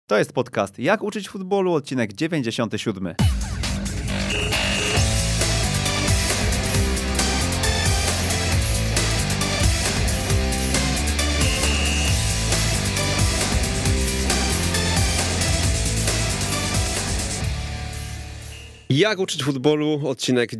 To jest podcast Jak uczyć futbolu, odcinek 97. Jak uczyć futbolu, odcinek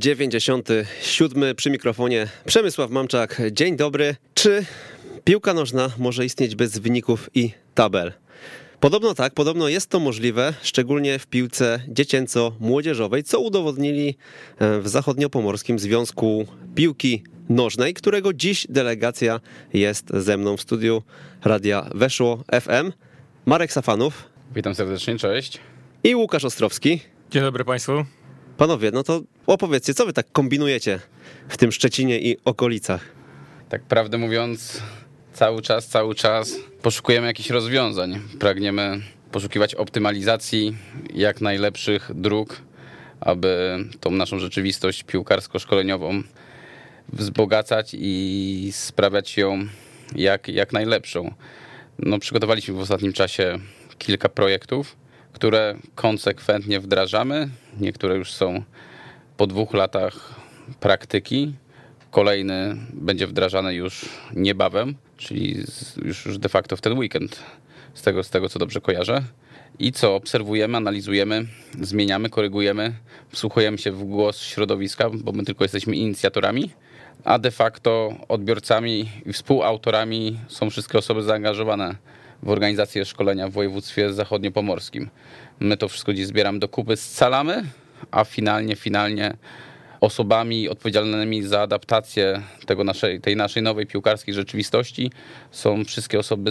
97, przy mikrofonie Przemysław Mamczak. Dzień dobry. Czy piłka nożna może istnieć bez wyników i tabel? Podobno tak, podobno jest to możliwe, szczególnie w piłce dziecięco-młodzieżowej, co udowodnili w Zachodniopomorskim Związku Piłki Nożnej, którego dziś delegacja jest ze mną w studiu Radia Weszło FM. Marek Safanów. Witam serdecznie, cześć. I Łukasz Ostrowski. Dzień dobry Państwu. Panowie, no to opowiedzcie, co wy tak kombinujecie w tym Szczecinie i okolicach? Tak prawdę mówiąc, cały czas poszukujemy jakichś rozwiązań. Pragniemy poszukiwać optymalizacji jak najlepszych dróg, aby tą naszą rzeczywistość piłkarsko-szkoleniową wzbogacać i sprawiać ją jak najlepszą. No, przygotowaliśmy w ostatnim czasie kilka projektów, które konsekwentnie wdrażamy. Niektóre już są po 2 latach praktyki. Kolejny będzie wdrażany już niebawem, czyli już de facto w ten weekend, z tego co dobrze kojarzę. I co? Obserwujemy, analizujemy, zmieniamy, korygujemy, wsłuchujemy się w głos środowiska, bo my tylko jesteśmy inicjatorami, a de facto odbiorcami i współautorami są wszystkie osoby zaangażowane w organizację szkolenia w województwie zachodniopomorskim. My to wszystko gdzieś zbieramy do kupy, scalamy, a finalnie osobami odpowiedzialnymi za adaptację tej naszej nowej piłkarskiej rzeczywistości są wszystkie osoby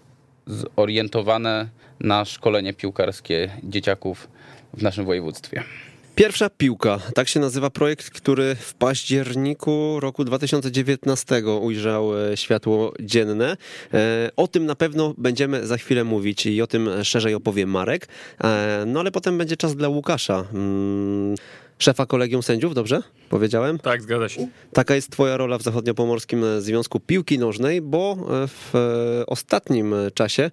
zorientowane na szkolenie piłkarskie dzieciaków w naszym województwie. Pierwsza piłka, tak się nazywa projekt, który w październiku roku 2019 ujrzał światło dzienne. O tym na pewno będziemy za chwilę mówić i o tym szerzej opowie Marek. No ale potem będzie czas dla Łukasza, szefa kolegium sędziów, dobrze powiedziałem? Tak, zgadza się. Taka jest twoja rola w Zachodniopomorskim Związku Piłki Nożnej, bo w ostatnim czasie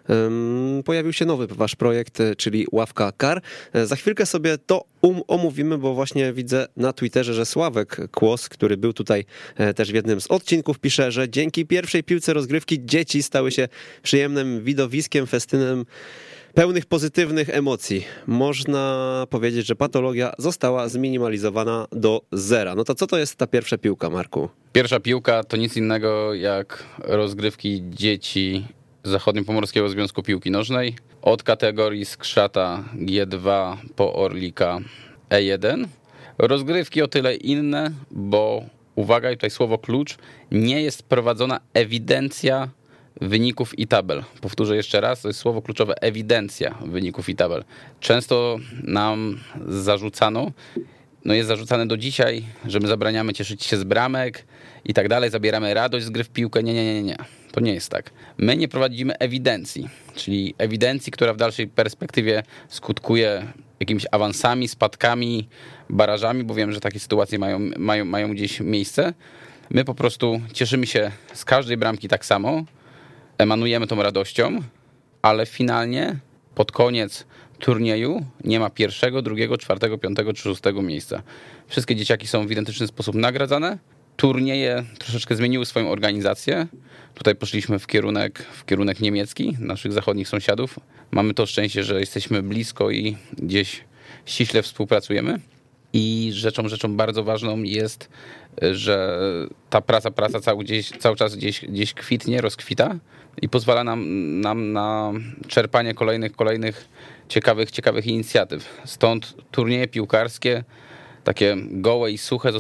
pojawił się nowy wasz projekt, czyli Ławka Kar. Za chwilkę sobie to omówimy, bo właśnie widzę na Twitterze, że Sławek Kłos, który był tutaj też w jednym z odcinków, pisze, że dzięki pierwszej piłce rozgrywki dzieci stały się przyjemnym widowiskiem, festynem pełnych pozytywnych emocji. Można powiedzieć, że patologia została zminimalizowana do zera. No to co to jest ta pierwsza piłka, Marku? Pierwsza piłka to nic innego jak rozgrywki dzieci Zachodniopomorskiego Związku Piłki Nożnej od kategorii skrzata G2 po Orlika E1. Rozgrywki o tyle inne, bo uwaga, tutaj słowo klucz, nie jest prowadzona ewidencja wyników i tabel. Powtórzę jeszcze raz, to jest słowo kluczowe, ewidencja wyników i tabel. Często nam zarzucano, no jest zarzucane do dzisiaj, że my zabraniamy cieszyć się z bramek i tak dalej, zabieramy radość z gry w piłkę. Nie. To nie jest tak. My nie prowadzimy ewidencji, czyli ewidencji, która w dalszej perspektywie skutkuje jakimiś awansami, spadkami, barażami, bo wiem, że takie sytuacje mają gdzieś miejsce. My po prostu cieszymy się z każdej bramki tak samo, emanujemy tą radością, ale finalnie pod koniec turnieju nie ma 1., 2., 4., 5. czy 6. miejsca. Wszystkie dzieciaki są w identyczny sposób nagradzane. Turnieje troszeczkę zmieniły swoją organizację. Tutaj poszliśmy w kierunek niemiecki, naszych zachodnich sąsiadów. Mamy to szczęście, że jesteśmy blisko i gdzieś ściśle współpracujemy. I rzeczą bardzo ważną jest, że ta praca cały czas gdzieś kwitnie, rozkwita i pozwala nam na czerpanie kolejnych ciekawych inicjatyw. Stąd turnieje piłkarskie, takie gołe i suche,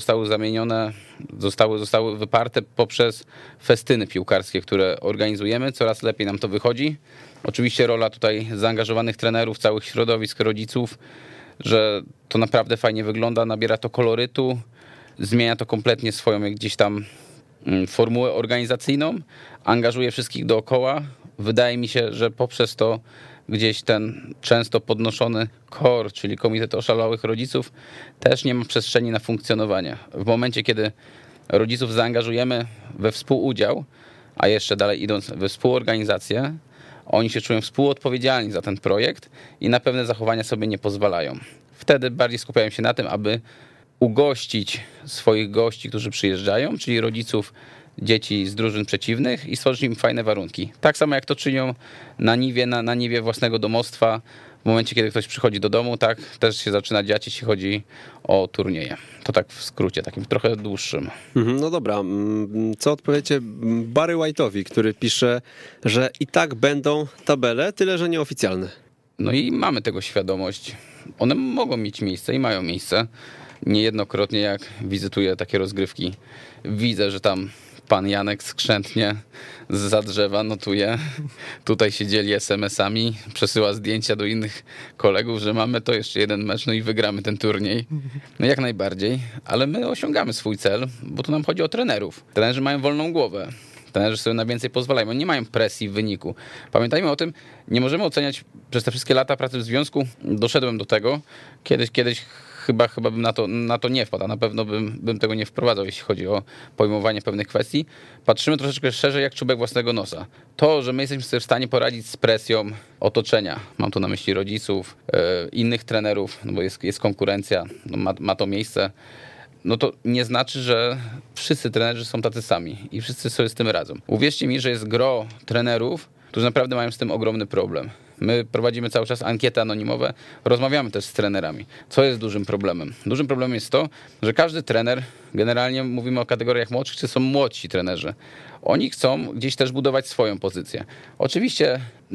zostały wyparte poprzez festyny piłkarskie, które organizujemy. Coraz lepiej nam to wychodzi. Oczywiście rola tutaj zaangażowanych trenerów, całych środowisk, rodziców, że to naprawdę fajnie wygląda, nabiera to kolorytu, zmienia to kompletnie swoją gdzieś tam formułę organizacyjną, angażuje wszystkich dookoła. Wydaje mi się, że poprzez to gdzieś ten często podnoszony KOR, czyli Komitet Oszalałych Rodziców, też nie ma przestrzeni na funkcjonowanie. W momencie, kiedy rodziców zaangażujemy we współudział, a jeszcze dalej idąc we współorganizację, oni się czują współodpowiedzialni za ten projekt i na pewne zachowania sobie nie pozwalają. Wtedy bardziej skupiają się na tym, aby ugościć swoich gości, którzy przyjeżdżają, czyli rodziców dzieci z drużyn przeciwnych i stworzyć im fajne warunki. Tak samo jak to czynią na niwie własnego domostwa. W momencie, kiedy ktoś przychodzi do domu, tak, też się zaczyna dziać, jeśli chodzi o turnieje. To tak w skrócie, takim trochę dłuższym. No dobra, co odpowiecie Barry White'owi, który pisze, że i tak będą tabele, tyle że nieoficjalne. No i mamy tego świadomość. One mogą mieć miejsce i mają miejsce. Niejednokrotnie jak wizytuję takie rozgrywki, widzę, że tam pan Janek skrzętnie zza drzewa notuje, tutaj się dzieli SMS-ami, przesyła zdjęcia do innych kolegów, że mamy to jeszcze jeden mecz, no i wygramy ten turniej. No jak najbardziej, ale my osiągamy swój cel, bo tu nam chodzi o trenerów. Trenerzy mają wolną głowę. Trenerzy sobie na więcej pozwalają. Oni nie mają presji w wyniku. Pamiętajmy o tym, nie możemy oceniać przez te wszystkie lata pracy w związku. Doszedłem do tego. Kiedyś chyba bym na to nie wpadł, a na pewno bym tego nie wprowadzał, jeśli chodzi o pojmowanie pewnych kwestii. Patrzymy troszeczkę szerzej jak czubek własnego nosa. To, że my jesteśmy sobie w stanie poradzić z presją otoczenia, mam tu na myśli rodziców, innych trenerów, no bo jest konkurencja, no ma to miejsce, no to nie znaczy, że wszyscy trenerzy są tacy sami i wszyscy sobie z tym radzą. Uwierzcie mi, że jest gro trenerów, którzy naprawdę mają z tym ogromny problem. My prowadzimy cały czas ankiety anonimowe, rozmawiamy też z trenerami. Co jest dużym problemem? Dużym problemem jest to, że każdy trener, generalnie mówimy o kategoriach młodszych, czy są młodsi trenerzy. Oni chcą gdzieś też budować swoją pozycję. Oczywiście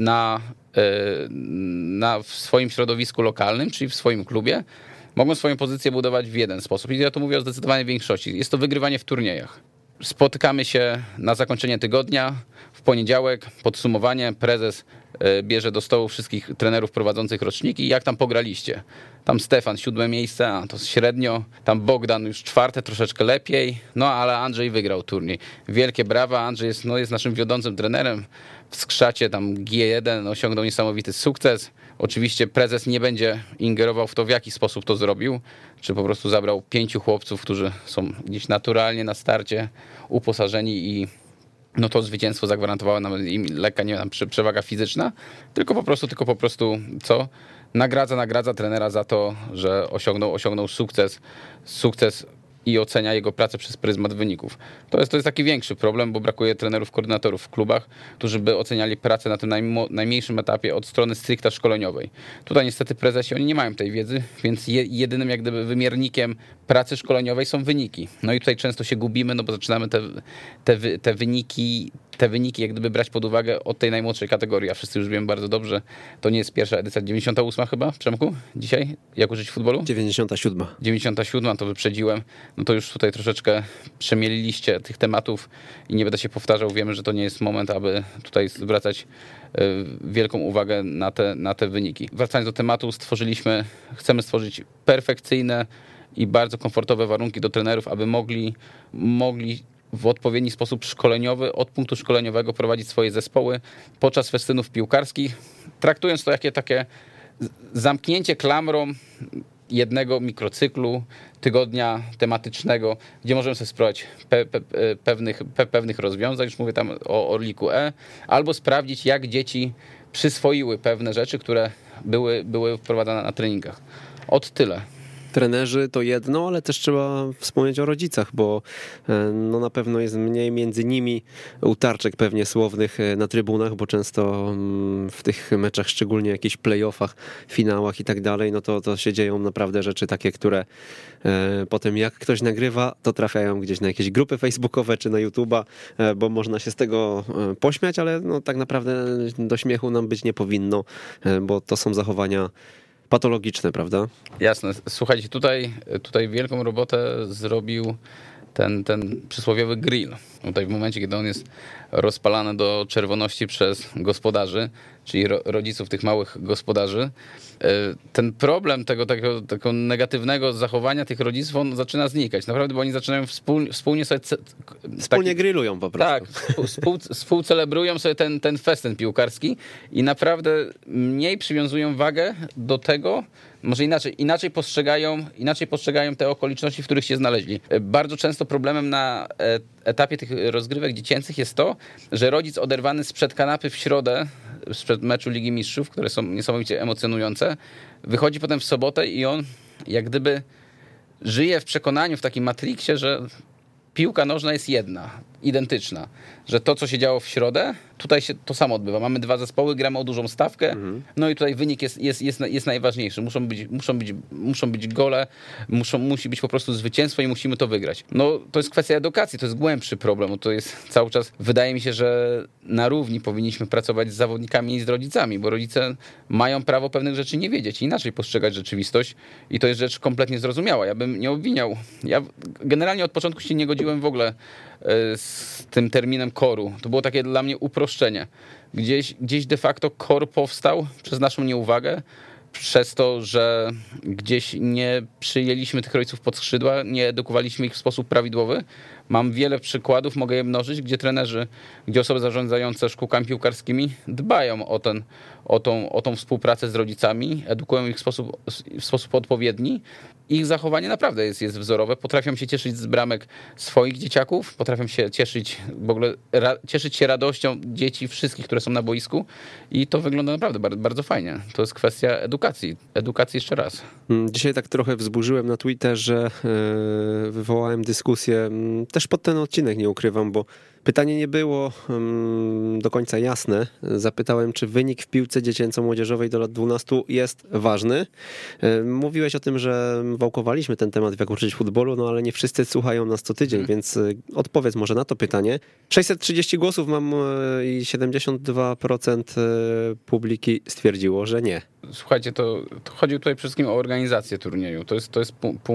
w swoim środowisku lokalnym, czyli w swoim klubie, mogą swoją pozycję budować w jeden sposób. I ja to mówię o zdecydowanej większości. Jest to wygrywanie w turniejach. Spotykamy się na zakończenie tygodnia, w poniedziałek, podsumowanie, prezes bierze do stołu wszystkich trenerów prowadzących roczniki i jak tam pograliście. Tam Stefan 7. miejsce, a to średnio, tam Bogdan już 4, troszeczkę lepiej, no ale Andrzej wygrał turniej. Wielkie brawa, Andrzej jest naszym wiodącym trenerem. W Skrzacie tam G1 osiągnął niesamowity sukces. Oczywiście prezes nie będzie ingerował w to, w jaki sposób to zrobił, czy po prostu zabrał 5 chłopców, którzy są gdzieś naturalnie na starcie uposażeni i no to zwycięstwo zagwarantowało nam im lekka, nie wiem, przewaga fizyczna, tylko po prostu co? Nagradza trenera za to, że osiągnął sukces i ocenia jego pracę przez pryzmat wyników. To jest taki większy problem, bo brakuje trenerów, koordynatorów w klubach, którzy by oceniali pracę na tym najmniejszym etapie od strony stricte szkoleniowej. Tutaj niestety prezesi, oni nie mają tej wiedzy, więc jedynym jak gdyby wymiernikiem pracy szkoleniowej są wyniki. No i tutaj często się gubimy, no bo zaczynamy te wyniki jak gdyby brać pod uwagę od tej najmłodszej kategorii, a wszyscy już wiemy bardzo dobrze, to nie jest pierwsza edycja, 98 chyba, Przemku, dzisiaj, jak użyć futbolu? 97. 97, to wyprzedziłem, no to już tutaj troszeczkę przemieliliście tych tematów i nie będę się powtarzał, wiemy, że to nie jest moment, aby tutaj zwracać wielką uwagę na te wyniki. Wracając do tematu, chcemy stworzyć perfekcyjne i bardzo komfortowe warunki do trenerów, aby mogli w odpowiedni sposób szkoleniowy, od punktu szkoleniowego prowadzić swoje zespoły podczas festynów piłkarskich, traktując to jako takie zamknięcie klamrą jednego mikrocyklu, tygodnia tematycznego, gdzie możemy sobie spróbować pewnych rozwiązań, już mówię tam o Orliku E, albo sprawdzić, jak dzieci przyswoiły pewne rzeczy, które były wprowadzane na treningach. Od tyle. Trenerzy to jedno, ale też trzeba wspomnieć o rodzicach, bo no na pewno jest mniej między nimi utarczek pewnie słownych na trybunach, bo często w tych meczach, szczególnie jakichś playoffach, finałach i tak dalej, no to się dzieją naprawdę rzeczy takie, które potem jak ktoś nagrywa, to trafiają gdzieś na jakieś grupy facebookowe czy na YouTube'a, bo można się z tego pośmiać, ale no tak naprawdę do śmiechu nam być nie powinno, bo to są zachowania patologiczne, prawda? Jasne. Słuchajcie, tutaj wielką robotę zrobił ten przysłowiowy grill. Tutaj w momencie, kiedy on jest rozpalany do czerwoności przez gospodarzy, czyli rodziców tych małych gospodarzy, ten problem tego negatywnego zachowania tych rodziców, on zaczyna znikać. Naprawdę, bo oni zaczynają wspólnie sobie... Wspólnie grillują po prostu. Tak, współcelebrują sobie ten festyn piłkarski i naprawdę mniej przywiązują wagę do tego, może inaczej postrzegają te okoliczności, w których się znaleźli. Bardzo często problemem na etapie tych rozgrywek dziecięcych jest to, że rodzic oderwany sprzed kanapy w środę sprzed meczu Ligi Mistrzów, które są niesamowicie emocjonujące. Wychodzi potem w sobotę i on jak gdyby żyje w przekonaniu, w takim matriksie, że piłka nożna jest jedna, identyczna. Że to, co się działo w środę, tutaj się to samo odbywa. Mamy 2 zespoły, gramy o dużą stawkę, no i tutaj wynik jest najważniejszy. Muszą być gole, musi być po prostu zwycięstwo i musimy to wygrać. No to jest kwestia edukacji, to jest głębszy problem. To jest cały czas, wydaje mi się, że na równi powinniśmy pracować z zawodnikami i z rodzicami, bo rodzice mają prawo pewnych rzeczy nie wiedzieć i inaczej postrzegać rzeczywistość i to jest rzecz kompletnie zrozumiała. Ja bym nie obwiniał. Ja generalnie od początku się nie godziłem w ogóle z tym terminem koru. To było takie dla mnie uproszczenie. Gdzieś de facto kor powstał przez naszą nieuwagę, przez to, że gdzieś nie przyjęliśmy tych rodziców pod skrzydła, nie edukowaliśmy ich w sposób prawidłowy. Mam wiele przykładów, mogę je mnożyć, gdzie trenerzy, gdzie osoby zarządzające szkółkami piłkarskimi dbają o tą współpracę z rodzicami, edukują ich w sposób odpowiedni. Ich zachowanie naprawdę jest wzorowe. Potrafią się cieszyć z bramek swoich dzieciaków, potrafią się cieszyć w ogóle cieszyć się radością dzieci wszystkich, które są na boisku i to wygląda naprawdę bardzo, bardzo fajnie. To jest kwestia edukacji. Edukacji jeszcze raz. Dzisiaj tak trochę wzburzyłem na Twitterze, wywołałem dyskusję, też pod ten odcinek nie ukrywam, bo pytanie nie było do końca jasne. Zapytałem, czy wynik w piłce dziecięco-młodzieżowej do lat 12 jest ważny. Mówiłeś o tym, że wałkowaliśmy ten temat w Jak uczyć futbolu, no ale nie wszyscy słuchają nas co tydzień, więc odpowiedz może na to pytanie. 630 głosów mam i 72% publiki stwierdziło, że nie. Słuchajcie, to chodzi tutaj przede wszystkim o organizację turnieju. To jest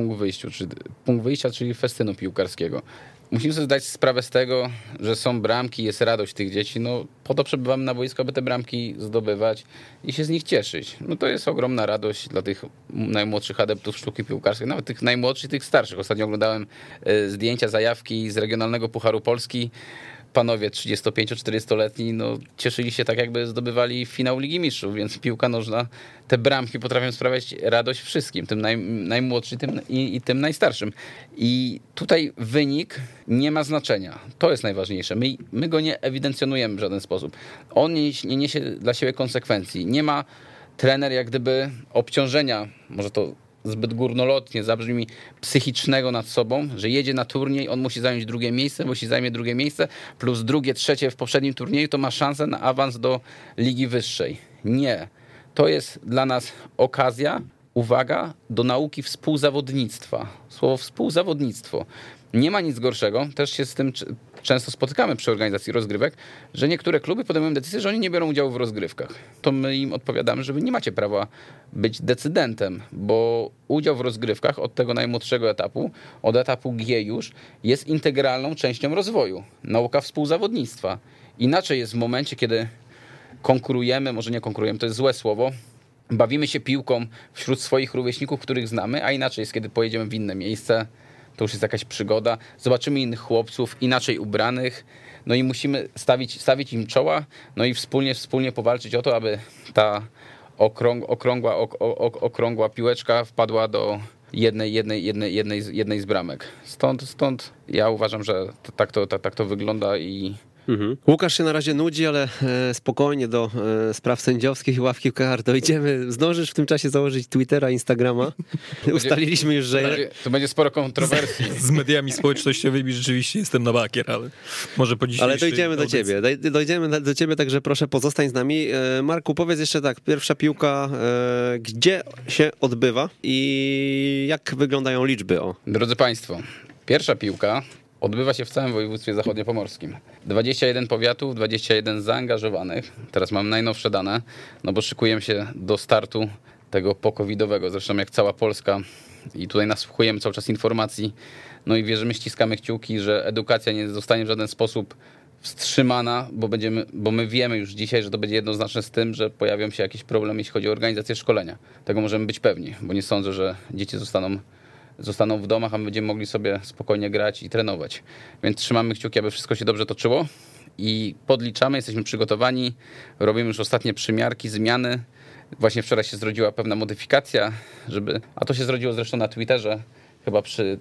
punkt wyjścia, czyli festynu piłkarskiego. Musimy sobie zdać sprawę z tego, że są bramki, jest radość tych dzieci. No, po to przebywamy na boisku, aby te bramki zdobywać i się z nich cieszyć. No, to jest ogromna radość dla tych najmłodszych adeptów sztuki piłkarskiej, nawet tych najmłodszych, tych starszych. Ostatnio oglądałem zdjęcia, zajawki z regionalnego Pucharu Polski. Panowie 35-40-letni cieszyli się tak, jakby zdobywali finał Ligi Mistrzów, więc piłka nożna, te bramki potrafią sprawiać radość wszystkim, tym najmłodszym i tym najstarszym. I tutaj wynik nie ma znaczenia. To jest najważniejsze. My go nie ewidencjonujemy w żaden sposób. On nie niesie dla siebie konsekwencji. Nie ma trener jak gdyby obciążenia, może to zbyt górnolotnie zabrzmi, psychicznego nad sobą, że jedzie na turniej, on musi zająć drugie miejsce, musi zajmie drugie miejsce, plus drugie, trzecie w poprzednim turnieju, to ma szansę na awans do ligi wyższej. Nie. To jest dla nas okazja, uwaga, do nauki współzawodnictwa. Słowo współzawodnictwo. Nie ma nic gorszego, też się z tym często spotykamy przy organizacji rozgrywek, że niektóre kluby podejmują decyzję, że oni nie biorą udziału w rozgrywkach. To my im odpowiadamy, że wy nie macie prawa być decydentem, bo udział w rozgrywkach od tego najmłodszego etapu, od etapu G już, jest integralną częścią rozwoju. Nauka współzawodnictwa. Inaczej jest w momencie, kiedy konkurujemy, może nie konkurujemy, to jest złe słowo, bawimy się piłką wśród swoich rówieśników, których znamy, a inaczej jest, kiedy pojedziemy w inne miejsce, to już jest jakaś przygoda, zobaczymy innych chłopców, inaczej ubranych, no i musimy stawić im czoła, no i wspólnie powalczyć o to, aby ta okrągła piłeczka wpadła do jednej z bramek. Stąd ja uważam, że tak to wygląda i Łukasz się na razie nudzi, ale spokojnie do spraw sędziowskich i ławki KR dojdziemy. Zdążysz w tym czasie założyć Twittera, Instagrama. Ustaliliśmy już, że... To będzie sporo kontrowersji. Z mediami społecznościowymi rzeczywiście jestem na bakier, ale może po dzisiejszej... Ale dojdziemy do ciebie. Dojdziemy do ciebie, także proszę pozostań z nami. Marku, powiedz jeszcze tak, pierwsza piłka, gdzie się odbywa i jak wyglądają liczby? Drodzy Państwo, pierwsza piłka odbywa się w całym województwie zachodniopomorskim. 21 powiatów, 21 zaangażowanych. Teraz mam najnowsze dane, no bo szykujemy się do startu tego po-covidowego. Zresztą jak cała Polska i tutaj nasłuchujemy cały czas informacji. No i wierzymy, ściskamy kciuki, że edukacja nie zostanie w żaden sposób wstrzymana, bo my wiemy już dzisiaj, że to będzie jednoznaczne z tym, że pojawią się jakieś problemy, jeśli chodzi o organizację szkolenia. Tego możemy być pewni, bo nie sądzę, że dzieci zostaną w domach, a my będziemy mogli sobie spokojnie grać i trenować. Więc trzymamy kciuki, aby wszystko się dobrze toczyło i podliczamy, jesteśmy przygotowani, robimy już ostatnie przymiarki, zmiany. Właśnie wczoraj się zrodziła pewna modyfikacja, a to się zrodziło zresztą na Twitterze, chyba przy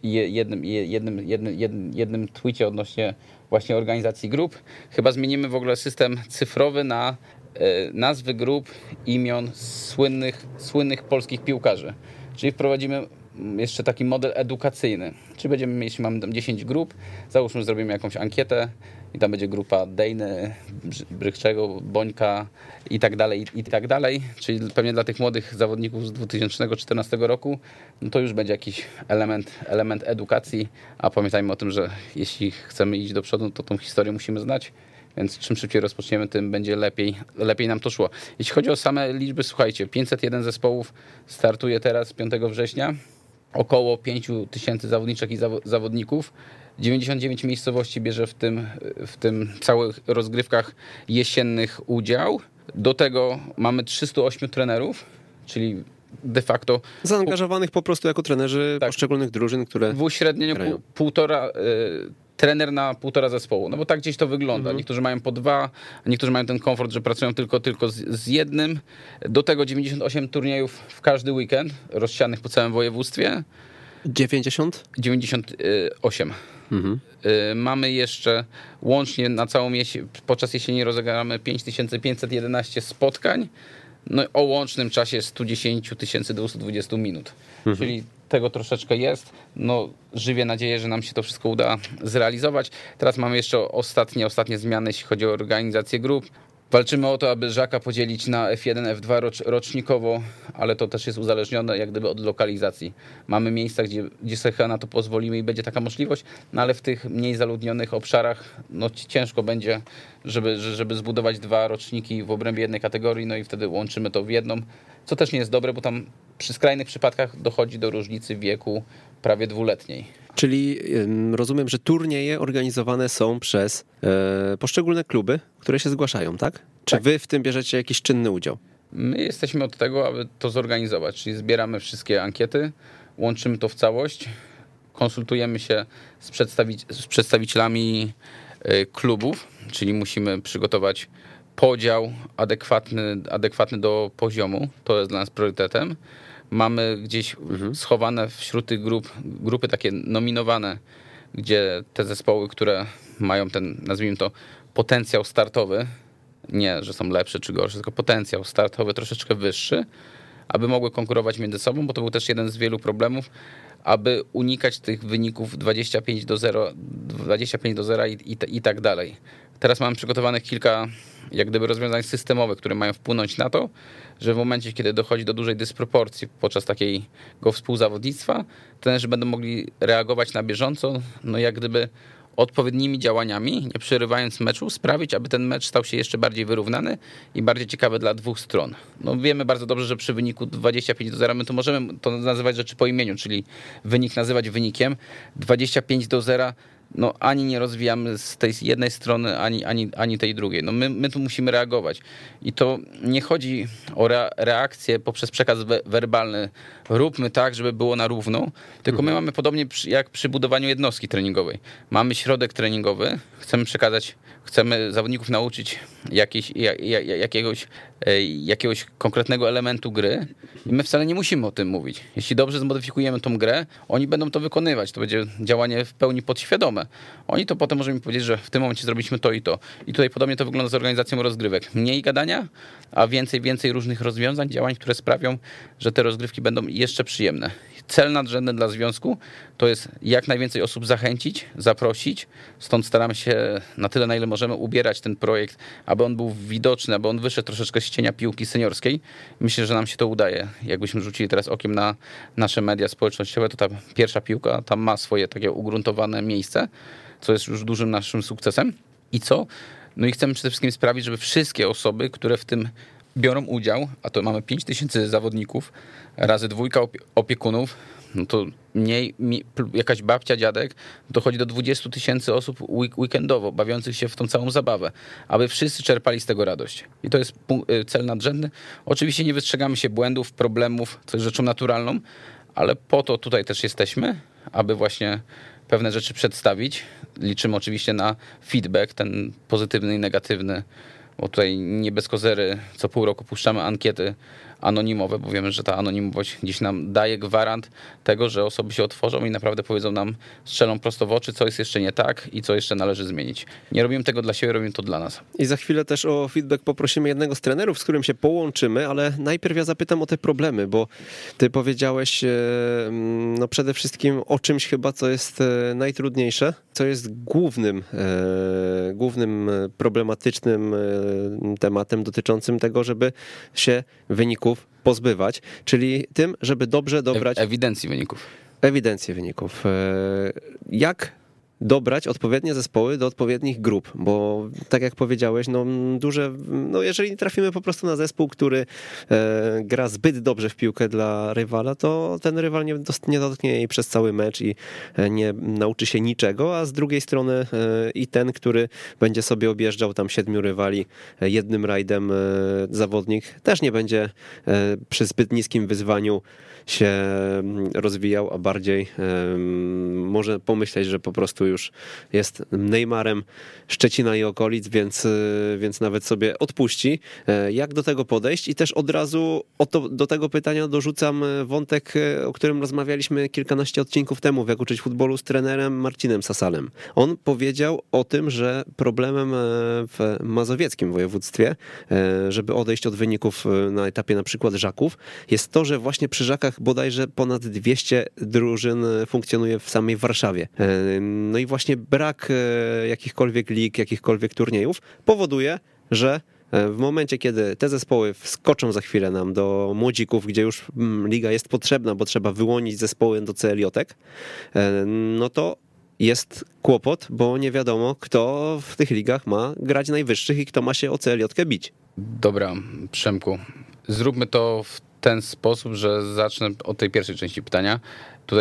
jednym tweetie odnośnie właśnie organizacji grup. Chyba zmienimy w ogóle system cyfrowy na nazwy grup, imion słynnych polskich piłkarzy. Czyli wprowadzimy jeszcze taki model edukacyjny. Czy będziemy mieć, jeśli mamy tam 10 grup, załóżmy, zrobimy jakąś ankietę i tam będzie grupa Dejny, Brychczego, Bońka i tak dalej. Czyli pewnie dla tych młodych zawodników z 2014 roku, no to już będzie jakiś element edukacji, a pamiętajmy o tym, że jeśli chcemy iść do przodu, to tą historię musimy znać. Więc czym szybciej rozpoczniemy, tym będzie lepiej nam to szło. Jeśli chodzi o same liczby, słuchajcie, 501 zespołów startuje teraz 5 września. Około 5000 zawodniczek i zawodników. 99 miejscowości bierze w tym całych rozgrywkach jesiennych udział. Do tego mamy 308 trenerów, czyli de facto Zaangażowanych po prostu jako trenerzy poszczególnych drużyn, które w uśrednieniu trener na 1,5 zespołu. No bo tak gdzieś to wygląda. Niektórzy mają po 2, a niektórzy mają ten komfort, że pracują tylko z jednym. Do tego 98 turniejów w każdy weekend, rozsianych po całym województwie. 98. Mamy jeszcze łącznie na całą podczas jesieni rozegramy 5511 spotkań. No o łącznym czasie 110 220 minut. Czyli tego troszeczkę jest. No, żywię nadzieję, że nam się to wszystko uda zrealizować. Teraz mamy jeszcze ostatnie zmiany, jeśli chodzi o organizację grup. Walczymy o to, aby Żaka podzielić na F1, F2 rocznikowo, ale to też jest uzależnione jak gdyby od lokalizacji. Mamy miejsca, gdzie sobie na to pozwolimy i będzie taka możliwość, no ale w tych mniej zaludnionych obszarach no ciężko będzie, żeby zbudować 2 roczniki w obrębie jednej kategorii, no i wtedy łączymy to w jedną, co też nie jest dobre, bo tam przy skrajnych przypadkach dochodzi do różnicy wieku prawie 2-letniej. Czyli rozumiem, że turnieje organizowane są przez poszczególne kluby, które się zgłaszają, tak? Czy Tak. wy w tym bierzecie jakiś czynny udział? My jesteśmy od tego, aby to zorganizować, czyli zbieramy wszystkie ankiety, łączymy to w całość, konsultujemy się z przedstawicielami klubów, czyli musimy przygotować podział adekwatny do poziomu, to jest dla nas priorytetem. Mamy gdzieś schowane wśród tych grupy takie nominowane, gdzie te zespoły, które mają ten, nazwijmy to, potencjał startowy, nie, że są lepsze czy gorsze, tylko potencjał startowy troszeczkę wyższy, aby mogły konkurować między sobą, bo to był też jeden z wielu problemów, aby unikać tych wyników 25-0 i tak dalej. Teraz mamy przygotowanych kilka jak gdyby rozwiązań systemowych, które mają wpłynąć na to, że w momencie, kiedy dochodzi do dużej dysproporcji podczas takiego współzawodnictwa, trenerzy będą mogli reagować na bieżąco, no jak gdyby odpowiednimi działaniami, nie przerywając meczu, sprawić, aby ten mecz stał się jeszcze bardziej wyrównany i bardziej ciekawy dla dwóch stron. No wiemy bardzo dobrze, że przy wyniku 25-0 my to możemy to nazywać rzeczy po imieniu, czyli wynik nazywać wynikiem. 25-0 no ani nie rozwijamy z tej jednej strony, ani tej drugiej. No my tu musimy reagować. I to nie chodzi o reakcję poprzez przekaz werbalny. Róbmy tak, żeby było na równo, tylko my mamy podobnie jak przy budowaniu jednostki treningowej. Mamy środek treningowy, chcemy zawodników nauczyć jakiegoś konkretnego elementu gry i my wcale nie musimy o tym mówić. Jeśli dobrze zmodyfikujemy tą grę, oni będą to wykonywać. To będzie działanie w pełni podświadome. Oni to potem możemy powiedzieć, że w tym momencie zrobiliśmy to i to. I tutaj podobnie to wygląda z organizacją rozgrywek. Mniej gadania, a więcej różnych rozwiązań, działań, które sprawią, że te rozgrywki będą jeszcze przyjemne. Cel nadrzędny dla związku to jest jak najwięcej osób zachęcić, zaprosić. Stąd staramy się na tyle, na ile możemy ubierać ten projekt, aby on był widoczny, aby on wyszedł troszeczkę z cienia piłki seniorskiej. Myślę, że nam się to udaje. Jakbyśmy rzucili teraz okiem na nasze media społecznościowe, to ta pierwsza piłka tam ma swoje takie ugruntowane miejsce, co jest już dużym naszym sukcesem. I co? No i chcemy przede wszystkim sprawić, żeby wszystkie osoby, które w tym biorą udział, a to mamy 5000 zawodników, razy 2 opiekunów, no to jakaś babcia, dziadek, dochodzi do 20 000 osób weekendowo bawiących się w tą całą zabawę, aby wszyscy czerpali z tego radość. I to jest cel nadrzędny. Oczywiście nie wystrzegamy się błędów, problemów, co jest rzeczą naturalną, ale po to tutaj też jesteśmy, aby właśnie pewne rzeczy przedstawić. Liczymy oczywiście na feedback, ten pozytywny i negatywny, bo tutaj nie bez kozery co pół roku puszczamy ankiety, anonimowe, bo wiemy, że ta anonimowość gdzieś nam daje gwarant tego, że osoby się otworzą i naprawdę powiedzą nam, strzelą prosto w oczy, co jest jeszcze nie tak i co jeszcze należy zmienić. Nie robimy tego dla siebie, robimy to dla nas. I za chwilę też o feedback poprosimy jednego z trenerów, z którym się połączymy, ale najpierw ja zapytam o te problemy, bo ty powiedziałeś no przede wszystkim o czymś chyba, co jest najtrudniejsze, co jest głównym problematycznym tematem dotyczącym tego, żeby się wyników pozbywać, czyli tym, żeby dobrze dobrać Ewidencję wyników. Jak dobrać odpowiednie zespoły do odpowiednich grup, bo tak jak powiedziałeś, jeżeli trafimy po prostu na zespół, który gra zbyt dobrze w piłkę dla rywala, to ten rywal nie dotknie jej przez cały mecz i nie nauczy się niczego, a z drugiej strony i ten, który będzie sobie objeżdżał tam 7 rywali jednym rajdem, zawodnik też nie będzie przy zbyt niskim wyzwaniu się rozwijał, a bardziej może pomyśleć, że po prostu już jest Neymarem Szczecina i okolic, więc nawet sobie odpuści. Jak do tego podejść? I też od razu do tego pytania dorzucam wątek, o którym rozmawialiśmy kilkanaście odcinków temu w Jak uczyć futbolu z trenerem Marcinem Sasalem. On powiedział o tym, że problemem w mazowieckim województwie, żeby odejść od wyników na etapie na przykład Żaków, jest to, że właśnie przy Żakach bodajże ponad 200 drużyn funkcjonuje w samej Warszawie. No i właśnie brak jakichkolwiek lig, jakichkolwiek turniejów powoduje, że w momencie, kiedy te zespoły wskoczą za chwilę nam do młodzików, gdzie już liga jest potrzebna, bo trzeba wyłonić zespoły do CLJ-ek, no to jest kłopot, bo nie wiadomo, kto w tych ligach ma grać najwyższych i kto ma się o CLJ-kę bić. Dobra, Przemku, zróbmy to w ten sposób, że zacznę od tej pierwszej części pytania. Tutaj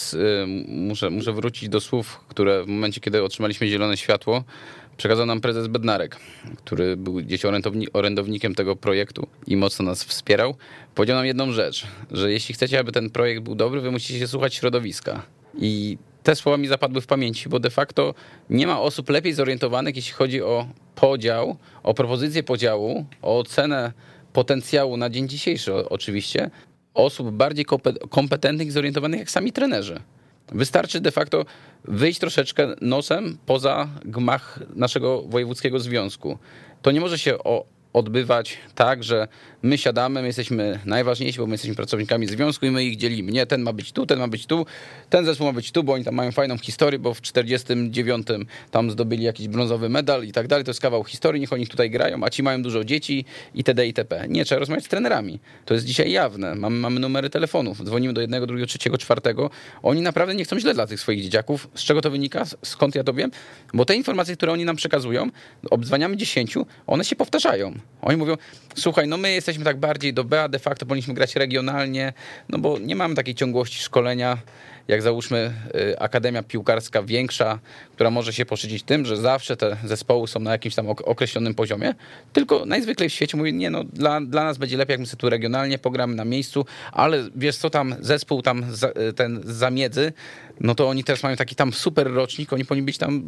muszę wrócić do słów, które w momencie, kiedy otrzymaliśmy zielone światło, przekazał nam prezes Bednarek, który był gdzieś orędownikiem tego projektu i mocno nas wspierał. Powiedział nam jedną rzecz, że jeśli chcecie, aby ten projekt był dobry, wy musicie się słuchać środowiska. I te słowa mi zapadły w pamięci, bo de facto nie ma osób lepiej zorientowanych, jeśli chodzi o podział, o propozycję podziału, o ocenę potencjału na dzień dzisiejszy oczywiście, osób bardziej kompetentnych i zorientowanych jak sami trenerzy. Wystarczy de facto wyjść troszeczkę nosem poza gmach naszego wojewódzkiego związku. To nie może się odbywać tak, że my siadamy, my jesteśmy najważniejsi, bo my jesteśmy pracownikami związku i my ich dzielimy. Nie, ten ma być tu, ten ma być tu, ten zespół ma być tu, bo oni tam mają fajną historię, bo w 49 tam zdobyli jakiś brązowy medal i tak dalej. To jest kawał historii, niech oni tutaj grają, a ci mają dużo dzieci itd. itp. Nie, trzeba rozmawiać z trenerami. To jest dzisiaj jawne. Mamy numery telefonów. Dzwonimy do 1, 2, 3, 4. Oni naprawdę nie chcą źle dla tych swoich dzieciaków. Z czego to wynika? Skąd ja to wiem? Bo te informacje, które oni nam przekazują, obdzwaniamy 10, one się powtarzają. Oni mówią, słuchaj, no my jesteśmy tak bardziej do B, a de facto powinniśmy grać regionalnie, no bo nie mamy takiej ciągłości szkolenia, jak załóżmy akademia piłkarska większa, która może się poszydzić tym, że zawsze te zespoły są na jakimś tam określonym poziomie, tylko najzwyklej w świecie mówi, nie no, dla nas będzie lepiej, jak my sobie tu regionalnie pogramy na miejscu, ale wiesz co, tam zespół tam ten z Zamiedzy, no to oni też mają taki tam super rocznik, oni powinni być tam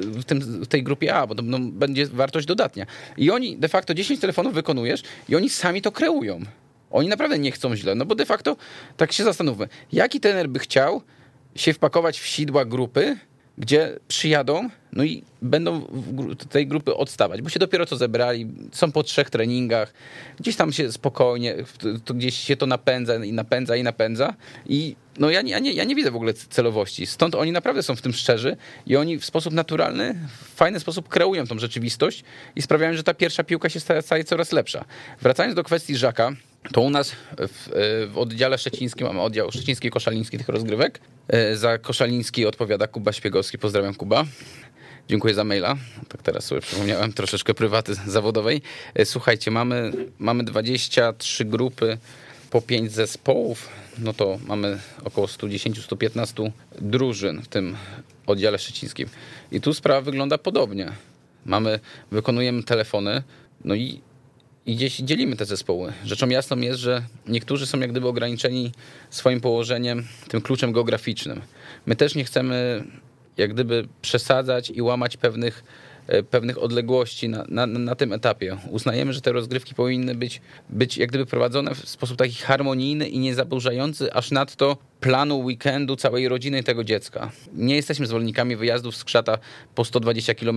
w tej grupie A, bo to będzie wartość dodatnia. I oni de facto 10 telefonów wykonujesz i oni sami to kreują. Oni naprawdę nie chcą źle, no bo de facto tak się zastanówmy, jaki trener by chciał się wpakować w sidła grupy, gdzie przyjadą, no i będą tej grupy odstawać, bo się dopiero co zebrali, są po 3 treningach, gdzieś tam się spokojnie, gdzieś się to napędza i no ja nie widzę w ogóle celowości. Stąd oni naprawdę są w tym szczerzy i oni w sposób naturalny, w fajny sposób kreują tą rzeczywistość i sprawiają, że ta pierwsza piłka się staje coraz lepsza. Wracając do kwestii Żaka, to u nas w oddziale szczecińskim mamy oddział szczeciński i koszaliński tych rozgrywek. Za koszaliński odpowiada Kuba Śpiegowski. Pozdrawiam, Kuba. Dziękuję za maila. Tak teraz sobie przypomniałem, troszeczkę prywaty zawodowej. Słuchajcie, mamy 23 grupy po 5 zespołów. No to mamy około 110-115 drużyn w tym oddziale szczecińskim. I tu sprawa wygląda podobnie. Wykonujemy telefony, no i gdzieś dzielimy te zespoły. Rzeczą jasną jest, że niektórzy są jak gdyby ograniczeni swoim położeniem, tym kluczem geograficznym. My też nie chcemy jak gdyby przesadzać i łamać pewnych pewnych odległości na tym etapie. Uznajemy, że te rozgrywki powinny być jak gdyby prowadzone w sposób taki harmonijny i nie zaburzający aż nadto planu weekendu całej rodziny tego dziecka. Nie jesteśmy zwolennikami wyjazdów z Krzata po 120 km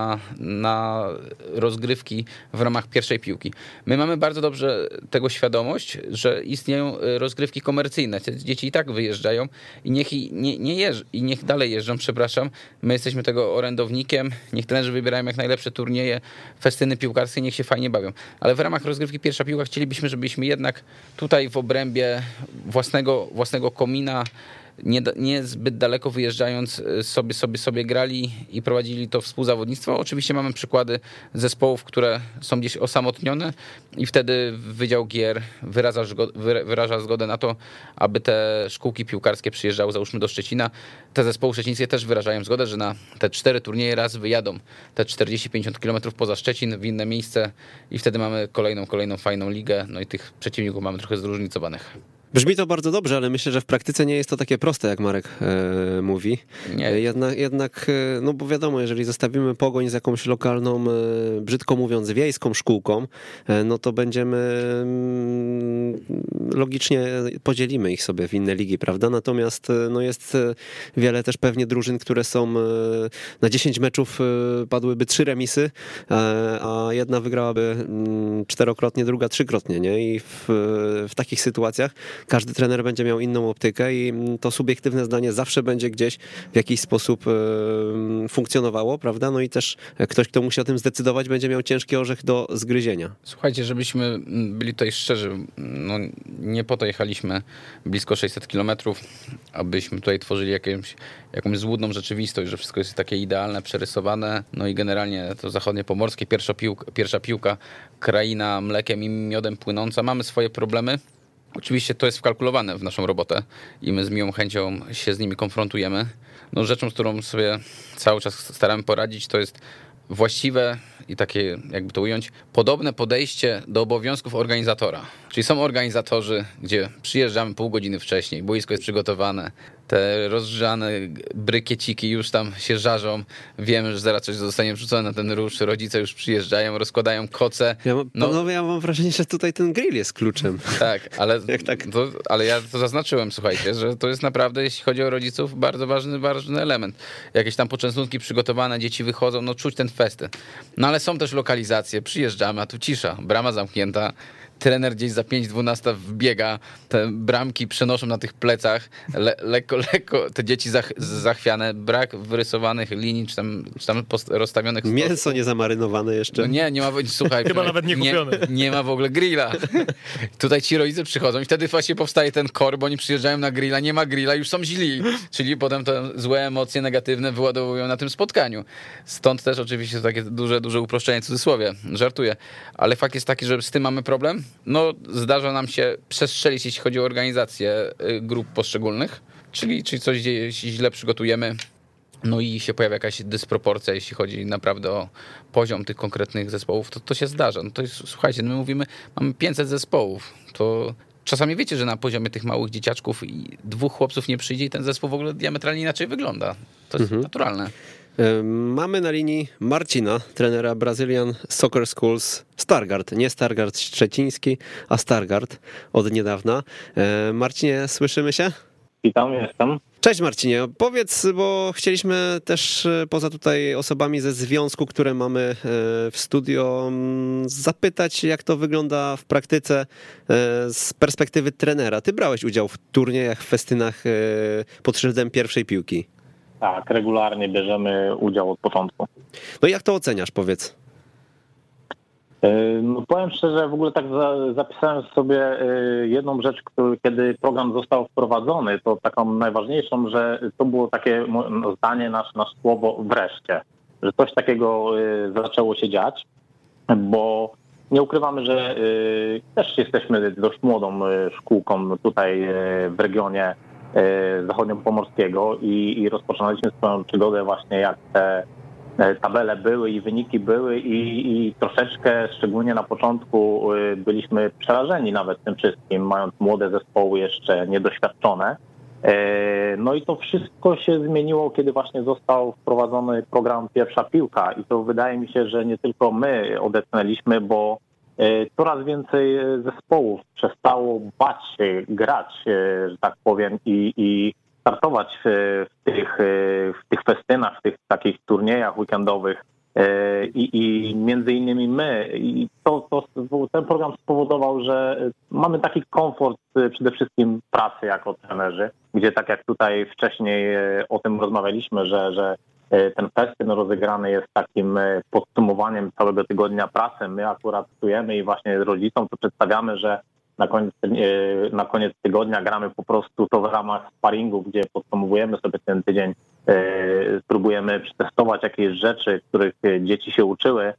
na rozgrywki w ramach pierwszej piłki. My mamy bardzo dobrze tego świadomość, że istnieją rozgrywki komercyjne. Te dzieci i tak wyjeżdżają i niech dalej jeżdżą, przepraszam. My jesteśmy tego orędownikiem. Niech trenerzy wybierają jak najlepsze turnieje, festyny piłkarskie, niech się fajnie bawią. Ale w ramach rozgrywki pierwsza piłka chcielibyśmy, żebyśmy jednak tutaj w obrębie własnego komina, nie zbyt daleko wyjeżdżając, sobie grali i prowadzili to współzawodnictwo. Oczywiście mamy przykłady zespołów, które są gdzieś osamotnione i wtedy Wydział Gier wyraża zgodę na to, aby te szkółki piłkarskie przyjeżdżały, załóżmy do Szczecina. Te zespoły szczecińskie też wyrażają zgodę, że na te 4 turnieje raz wyjadą te 40-50 km poza Szczecin w inne miejsce i wtedy mamy kolejną fajną ligę, no i tych przeciwników mamy trochę zróżnicowanych. Brzmi to bardzo dobrze, ale myślę, że w praktyce nie jest to takie proste, jak Marek mówi. Nie. Jednak, no bo wiadomo, jeżeli zostawimy Pogoń z jakąś lokalną, brzydko mówiąc, wiejską szkółką, no to będziemy logicznie podzielimy ich sobie w inne ligi, prawda? Natomiast no jest wiele też pewnie drużyn, które są na 10 meczów padłyby 3 remisy, a jedna wygrałaby 4-krotnie, druga 3-krotnie, nie? I w takich sytuacjach każdy trener będzie miał inną optykę i to subiektywne zdanie zawsze będzie gdzieś w jakiś sposób funkcjonowało, prawda? No i też ktoś, kto musi o tym zdecydować, będzie miał ciężki orzech do zgryzienia. Słuchajcie, żebyśmy byli tutaj szczerzy, no nie po to jechaliśmy blisko 600 kilometrów, abyśmy tutaj tworzyli jakąś złudną rzeczywistość, że wszystko jest takie idealne, przerysowane, no i generalnie to zachodnie pomorskie, pierwsza piłka, kraina mlekiem i miodem płynąca, mamy swoje problemy. Oczywiście to jest wkalkulowane w naszą robotę i my z miłą chęcią się z nimi konfrontujemy. No rzeczą, z którą sobie cały czas staramy poradzić, to jest właściwe i takie, jakby to ująć, podobne podejście do obowiązków organizatora. Czyli są organizatorzy, gdzie przyjeżdżamy pół godziny wcześniej, boisko jest przygotowane, te rozgrzane brykieciki już tam się żarzą, wiemy, że zaraz coś zostanie wrzucone na ten rusz, rodzice już przyjeżdżają, rozkładają koce. Ja mam wrażenie, że tutaj ten grill jest kluczem. Tak, ale ja to zaznaczyłem, słuchajcie, że to jest naprawdę, jeśli chodzi o rodziców, bardzo ważny element. Jakieś tam poczęstunki przygotowane, dzieci wychodzą, no czuć ten festyn. No ale są też lokalizacje, przyjeżdżamy, a tu cisza, brama zamknięta, trener gdzieś za 5:12 wbiega, te bramki przenoszą na tych plecach, lekko, te dzieci zachwiane, brak wyrysowanych linii, czy tam rozstawionych... Mięso niezamarynowane jeszcze. No nie ma, słuchaj... Chyba nawet nie kupione. Nie ma w ogóle grilla. Tutaj ci rodzice przychodzą i wtedy właśnie powstaje ten kor, bo oni przyjeżdżają na grilla, nie ma grilla, już są źli. Czyli potem te złe emocje negatywne wyładowują na tym spotkaniu. Stąd też oczywiście to takie duże uproszczenie w cudzysłowie, żartuję. Ale fakt jest taki, że z tym mamy problem. No, zdarza nam się przestrzelić, jeśli chodzi o organizację grup poszczególnych, czyli coś źle przygotujemy, no i się pojawia jakaś dysproporcja, jeśli chodzi naprawdę o poziom tych konkretnych zespołów, to się zdarza. No to jest, słuchajcie, my mówimy, mamy 500 zespołów, to czasami wiecie, że na poziomie tych małych dzieciaczków i 2 chłopców nie przyjdzie i ten zespół w ogóle diametralnie inaczej wygląda. To jest naturalne. Mamy na linii Marcina, trenera Brazilian Soccer Schools Stargard. Nie Stargard Szczeciński, a Stargard od niedawna. Marcinie, słyszymy się? Witam, jestem. Cześć Marcinie, powiedz, bo chcieliśmy też poza tutaj osobami ze związku, które mamy w studio, zapytać, jak to wygląda w praktyce z perspektywy trenera. Ty brałeś udział w turniejach, w festynach pod szyldem pierwszej piłki. Tak, regularnie bierzemy udział od początku. No i jak to oceniasz, powiedz? No powiem szczerze, w ogóle tak zapisałem sobie jedną rzecz, kiedy program został wprowadzony, to taką najważniejszą, że to było takie zdanie, nasze słowo wreszcie, że coś takiego zaczęło się dziać, bo nie ukrywamy, że też jesteśmy dość młodą szkółką tutaj w regionie zachodniopomorskiego i rozpoczynaliśmy swoją przygodę właśnie jak te tabele były i wyniki były i troszeczkę, szczególnie na początku, byliśmy przerażeni nawet tym wszystkim, mając młode zespoły jeszcze niedoświadczone. No i to wszystko się zmieniło, kiedy właśnie został wprowadzony program Pierwsza Piłka i to wydaje mi się, że nie tylko my odetchnęliśmy, bo coraz więcej zespołów przestało bać się grać, że tak powiem, i startować w tych festynach, w tych takich turniejach weekendowych i między innymi my. I ten program spowodował, że mamy taki komfort przede wszystkim pracy jako trenerzy, gdzie tak jak tutaj wcześniej o tym rozmawialiśmy, że ten festyn rozegrany jest takim podsumowaniem całego tygodnia pracy. My akurat czujemy i właśnie rodzicom to przedstawiamy, że na koniec tygodnia gramy po prostu to w ramach sparingu, gdzie podsumowujemy sobie ten tydzień, próbujemy przetestować jakieś rzeczy, których dzieci się uczyły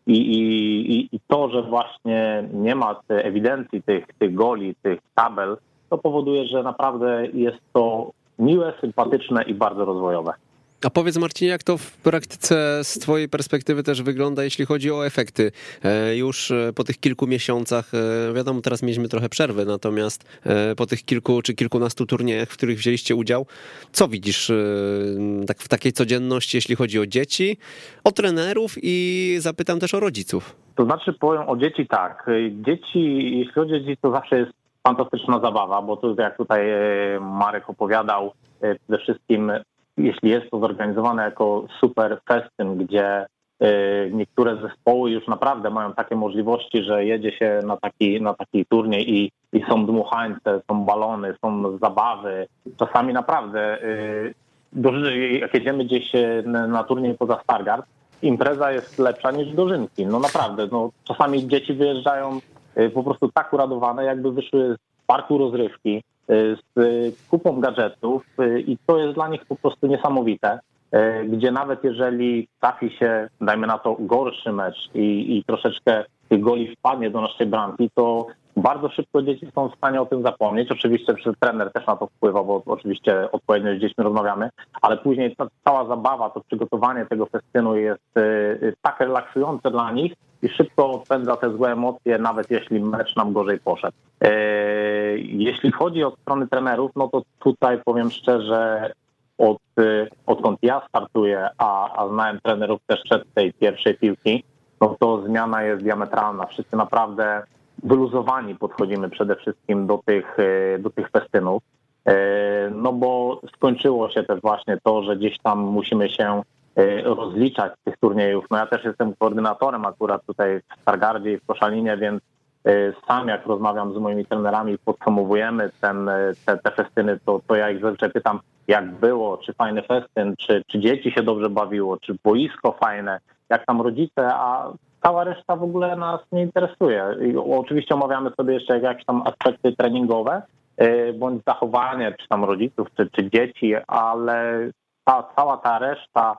i to, że właśnie nie ma ewidencji tych goli, tych tabel, to powoduje, że naprawdę jest to miłe, sympatyczne i bardzo rozwojowe. A powiedz, Marcinie, jak to w praktyce z twojej perspektywy też wygląda, jeśli chodzi o efekty? Już po tych kilku miesiącach, wiadomo, teraz mieliśmy trochę przerwy, natomiast po tych kilku czy kilkunastu turniejach, w których wzięliście udział, co widzisz tak w takiej codzienności, jeśli chodzi o dzieci, o trenerów i zapytam też o rodziców? To znaczy powiem o dzieci tak. Dzieci, jeśli chodzi o dzieci, to zawsze jest fantastyczna zabawa, bo to jak tutaj Marek opowiadał, przede wszystkim jeśli jest to zorganizowane jako super festyn, gdzie niektóre zespoły już naprawdę mają takie możliwości, że jedzie się na taki turniej i są dmuchańce, są balony, są zabawy. Czasami naprawdę, jak jedziemy gdzieś na turniej poza Stargard, impreza jest lepsza niż dożynki. No naprawdę, czasami dzieci wyjeżdżają po prostu tak uradowane, jakby wyszły z parku rozrywki, z kupą gadżetów i to jest dla nich po prostu niesamowite, gdzie nawet jeżeli trafi się, dajmy na to, gorszy mecz i troszeczkę tych goli wpadnie do naszej bramki, to bardzo szybko dzieci są w stanie o tym zapomnieć. Oczywiście trener też na to wpływa, bo oczywiście odpowiednio z dziećmi rozmawiamy, ale później ta cała zabawa, to przygotowanie tego festynu jest tak relaksujące dla nich i szybko odpędza te złe emocje, nawet jeśli mecz nam gorzej poszedł. Jeśli chodzi o strony trenerów, no to tutaj powiem szczerze, odkąd ja startuję, a znałem trenerów też przed tej pierwszej piłki, no to zmiana jest diametralna. Wszyscy naprawdę wyluzowani podchodzimy przede wszystkim do tych festynów, no bo skończyło się też właśnie to, że gdzieś tam musimy się rozliczać z tych turniejów. No ja też jestem koordynatorem akurat tutaj w Stargardzie i w Koszalinie, więc sam jak rozmawiam z moimi trenerami, podsumowujemy te festyny, to ja ich zazwyczaj pytam, jak było, czy fajny festyn, czy dzieci się dobrze bawiło, czy boisko fajne, jak tam rodzice, a cała reszta w ogóle nas nie interesuje. I oczywiście omawiamy sobie jeszcze jakieś tam aspekty treningowe, bądź zachowanie, czy tam rodziców, czy dzieci, ale cała ta reszta,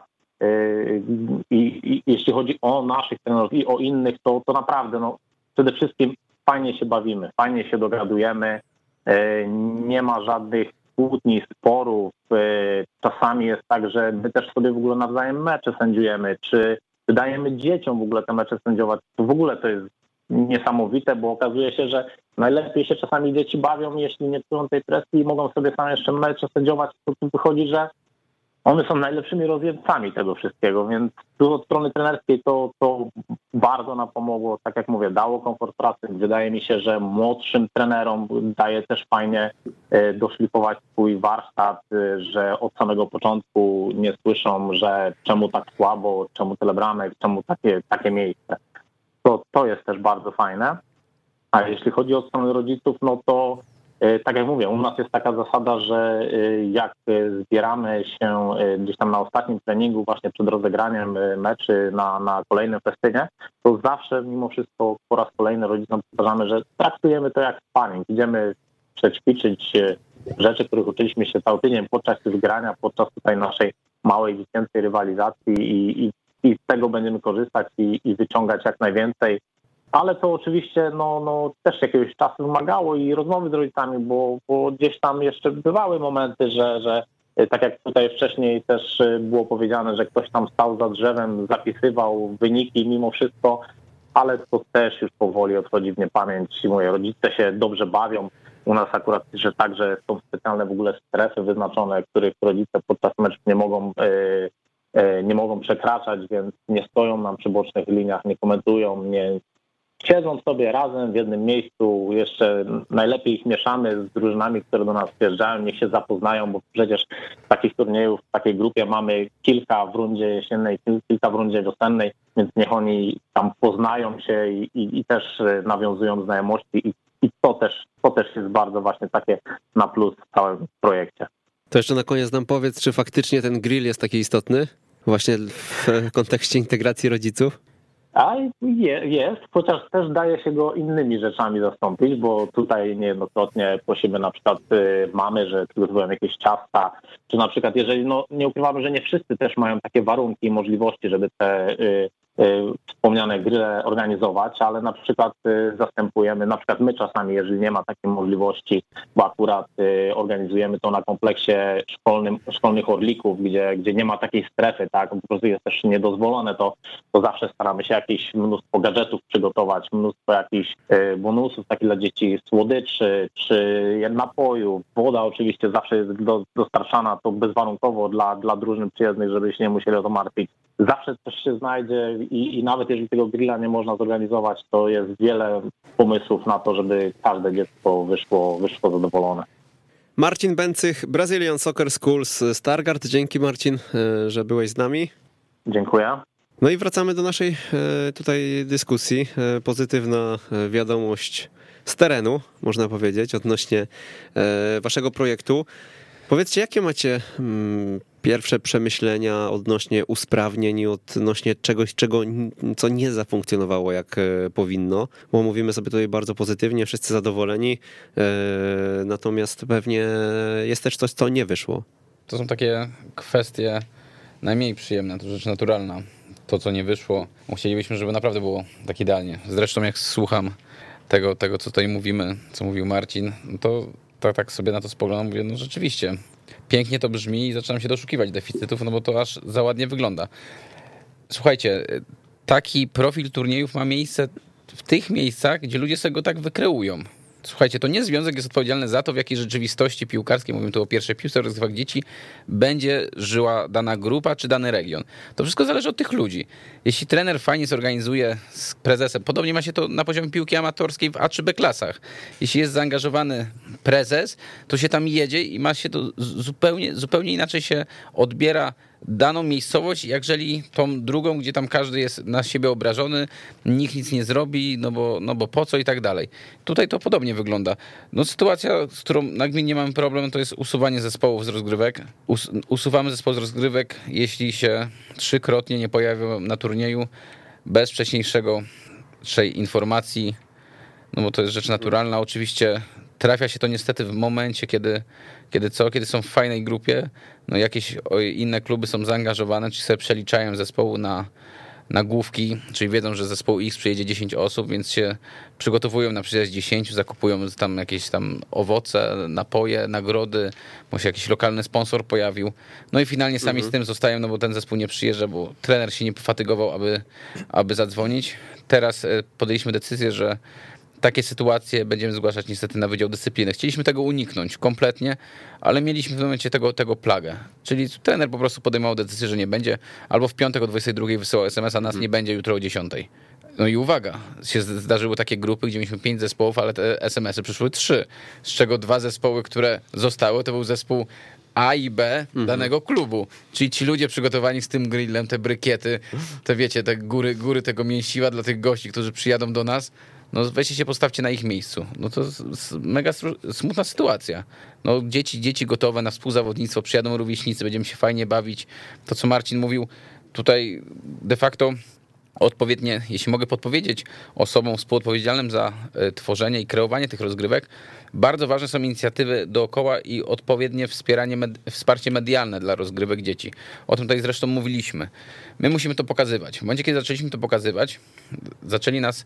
i jeśli chodzi o naszych trenerów i o innych, to naprawdę przede wszystkim fajnie się bawimy, fajnie się dogadujemy, nie ma żadnych kłótni, sporów. Czasami jest tak, że my też sobie w ogóle nawzajem mecze sędziujemy, czy dajemy dzieciom w ogóle te mecze sędziować. To w ogóle to jest niesamowite, bo okazuje się, że najlepiej się czasami dzieci bawią, jeśli nie czują tej presji i mogą sobie same jeszcze mecze sędziować, to tu wychodzi, że one są najlepszymi rozjemcami tego wszystkiego, więc tu od strony trenerskiej to bardzo nam pomogło, tak jak mówię, dało komfort pracy. Wydaje mi się, że młodszym trenerom daje też fajnie doszlifować swój warsztat, że od samego początku nie słyszą, że czemu tak słabo, czemu tyle bramek, czemu takie miejsce. To jest też bardzo fajne. A jeśli chodzi o stronę rodziców, no to tak jak mówię, u nas jest taka zasada, że jak zbieramy się gdzieś tam na ostatnim treningu właśnie przed rozegraniem meczy na kolejnym festynie, to zawsze mimo wszystko po raz kolejny rodzicom powtarzamy, że traktujemy to jak sparring. Idziemy przećwiczyć rzeczy, których uczyliśmy się cały tydzień podczas grania, podczas tutaj naszej małej dziecięcej rywalizacji i z tego będziemy korzystać i wyciągać jak najwięcej. Ale to oczywiście też jakiegoś czasu wymagało i rozmowy z rodzicami, bo gdzieś tam jeszcze bywały momenty, że tak jak tutaj wcześniej też było powiedziane, że ktoś tam stał za drzewem, zapisywał wyniki mimo wszystko, ale to też już powoli odchodzi w niepamięć. Moje rodzice się dobrze bawią. U nas akurat, że także są specjalne w ogóle strefy wyznaczone, których rodzice podczas meczów nie mogą przekraczać, więc nie stoją nam przy bocznych liniach, nie komentują, nie siedzą sobie razem w jednym miejscu. Jeszcze najlepiej ich mieszamy z drużynami, które do nas przyjeżdżają, niech się zapoznają, bo przecież takich turniejów w takiej grupie mamy kilka w rundzie jesiennej, kilka w rundzie wiosennej, więc niech oni tam poznają się i też nawiązują znajomości i to też jest bardzo właśnie takie na plus w całym projekcie. To jeszcze na koniec nam powiedz, czy faktycznie ten grill jest taki istotny właśnie w kontekście integracji rodziców? A jest, chociaż też daje się go innymi rzeczami zastąpić, bo tutaj niejednokrotnie prosimy na przykład mamy, że przygotowują jakieś ciasta, czy na przykład jeżeli, nie ukrywamy, że nie wszyscy też mają takie warunki i możliwości, żeby te wspomniane grille organizować, ale na przykład zastępujemy, na przykład my czasami, jeżeli nie ma takiej możliwości, bo akurat organizujemy to na kompleksie szkolnych orlików, gdzie nie ma takiej strefy, tak, po prostu jest też niedozwolone, to zawsze staramy się jakieś mnóstwo gadżetów przygotować, mnóstwo jakichś bonusów takich dla dzieci, słodyczy, czy napojów, woda oczywiście zawsze jest dostarczana to bezwarunkowo dla drużyn przyjezdnych, żeby się nie musieli o to martwić. Zawsze coś się znajdzie i nawet jeżeli tego grilla nie można zorganizować, to jest wiele pomysłów na to, żeby każde dziecko wyszło zadowolone. Marcin Bęcych, Brazilian Soccer Schools Stargard. Dzięki, Marcin, że byłeś z nami. Dziękuję. No i wracamy do naszej tutaj dyskusji. Pozytywna wiadomość z terenu, można powiedzieć, odnośnie waszego projektu. Powiedzcie, jakie macie pierwsze przemyślenia odnośnie usprawnień, odnośnie czegoś, co nie zafunkcjonowało jak powinno, bo mówimy sobie tutaj bardzo pozytywnie, wszyscy zadowoleni, natomiast pewnie jest też coś, co nie wyszło. To są takie kwestie najmniej przyjemne, to rzecz naturalna. To, co nie wyszło, chcielibyśmy, żeby naprawdę było tak idealnie. Zresztą jak słucham tego, co tutaj mówimy, co mówił Marcin, to tak sobie na to spoglądam, mówię, no rzeczywiście, pięknie to brzmi i zaczynam się doszukiwać deficytów, no bo to aż za ładnie wygląda. Słuchajcie, taki profil turniejów ma miejsce w tych miejscach, gdzie ludzie sobie go tak wykreują. Słuchajcie, to nie związek jest odpowiedzialny za to, w jakiej rzeczywistości piłkarskiej, mówimy tu o pierwszej piłce, rozgrywach dzieci, będzie żyła dana grupa czy dany region. To wszystko zależy od tych ludzi. Jeśli trener fajnie zorganizuje z prezesem, podobnie ma się to na poziomie piłki amatorskiej w A czy B klasach. Jeśli jest zaangażowany prezes, to się tam jedzie i ma się to zupełnie inaczej się odbiera daną miejscowość, jeżeli tą drugą, gdzie tam każdy jest na siebie obrażony, nikt nic nie zrobi, no bo po co i tak dalej. Tutaj to podobnie wygląda. No sytuacja, z którą nagminnie mamy problem, to jest usuwanie zespołów z rozgrywek. Usuwamy zespoł z rozgrywek, jeśli się 3-krotnie nie pojawią na turnieju bez wcześniejszej informacji, no bo to jest rzecz naturalna. Oczywiście trafia się to niestety w momencie, kiedy są w fajnej grupie, no jakieś inne kluby są zaangażowane, czy sobie przeliczają zespołu na główki, czyli wiedzą, że zespołu X przyjedzie 10 osób, więc się przygotowują na przyjazd 10, zakupują tam jakieś tam owoce, napoje, nagrody, może się jakiś lokalny sponsor pojawił. No i finalnie sami z tym zostają, no bo ten zespół nie przyjeżdża, bo trener się nie pofatygował, aby zadzwonić. Teraz podjęliśmy decyzję, że takie sytuacje będziemy zgłaszać niestety na Wydział Dyscypliny. Chcieliśmy tego uniknąć kompletnie, ale mieliśmy w momencie tego plagę. Czyli trener po prostu podejmował decyzję, że nie będzie, albo w piątek o 22 wysyłał SMS, a nas nie będzie jutro o 10. No i uwaga, się zdarzyły takie grupy, gdzie mieliśmy 5 zespołów, ale te SMS-y przyszły 3, z czego 2 zespoły, które zostały, to był zespół A i B danego klubu. Czyli ci ludzie przygotowani z tym grillem, te brykiety, te wiecie, te góry tego mięsiwa dla tych gości, którzy przyjadą do nas, no weźcie się, postawcie na ich miejscu. No to mega smutna sytuacja. No dzieci gotowe na współzawodnictwo, przyjadą rówieśnicy, będziemy się fajnie bawić. To, co Marcin mówił, tutaj de facto odpowiednie, jeśli mogę podpowiedzieć osobom współodpowiedzialnym za tworzenie i kreowanie tych rozgrywek, bardzo ważne są inicjatywy dookoła i odpowiednie wsparcie medialne dla rozgrywek dzieci. O tym tutaj zresztą mówiliśmy. My musimy to pokazywać. W momencie, kiedy zaczęliśmy to pokazywać, zaczęli nas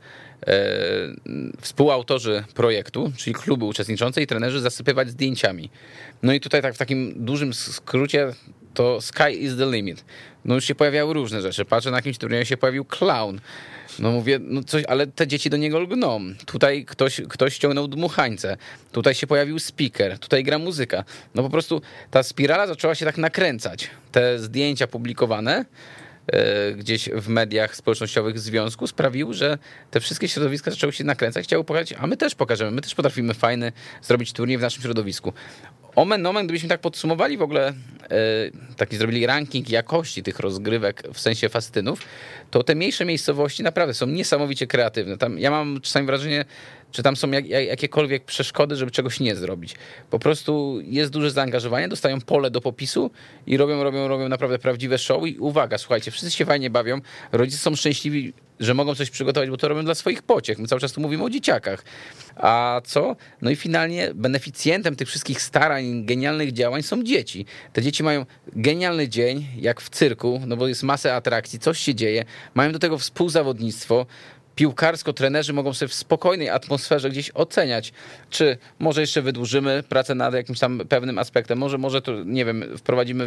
współautorzy projektu, czyli kluby uczestniczące i trenerzy zasypywać zdjęciami. No i tutaj tak w takim dużym skrócie to sky is the limit. No już się pojawiały różne rzeczy. Patrzę, na jakimś turnieju się pojawił clown. No mówię, no coś, ale te dzieci do niego lgną. Tutaj ktoś ściągnął dmuchańce. Tutaj się pojawił speaker. Tutaj gra muzyka. No po prostu ta spirala zaczęła się tak nakręcać. Te zdjęcia publikowane gdzieś w mediach społecznościowych związku sprawił, że te wszystkie środowiska zaczęły się nakręcać, chciały pokazać, a my też pokażemy, my też potrafimy fajny zrobić turniej w naszym środowisku. Omen, gdybyśmy tak podsumowali w ogóle, taki zrobili ranking jakości tych rozgrywek w sensie festynów, to te mniejsze miejscowości naprawdę są niesamowicie kreatywne. Tam, ja mam czasami wrażenie, że tam są jakiekolwiek przeszkody, żeby czegoś nie zrobić. Po prostu jest duże zaangażowanie, dostają pole do popisu i robią naprawdę prawdziwe show i uwaga, słuchajcie, wszyscy się fajnie bawią, rodzice są szczęśliwi, że mogą coś przygotować, bo to robią dla swoich pociech. My cały czas tu mówimy o dzieciakach. A co? No i finalnie beneficjentem tych wszystkich starań, genialnych działań są dzieci. Te dzieci mają genialny dzień, jak w cyrku, no bo jest masę atrakcji, coś się dzieje, mają do tego współzawodnictwo. Piłkarsko trenerzy mogą sobie w spokojnej atmosferze gdzieś oceniać, czy może jeszcze wydłużymy pracę nad jakimś tam pewnym aspektem, może to, nie wiem, wprowadzimy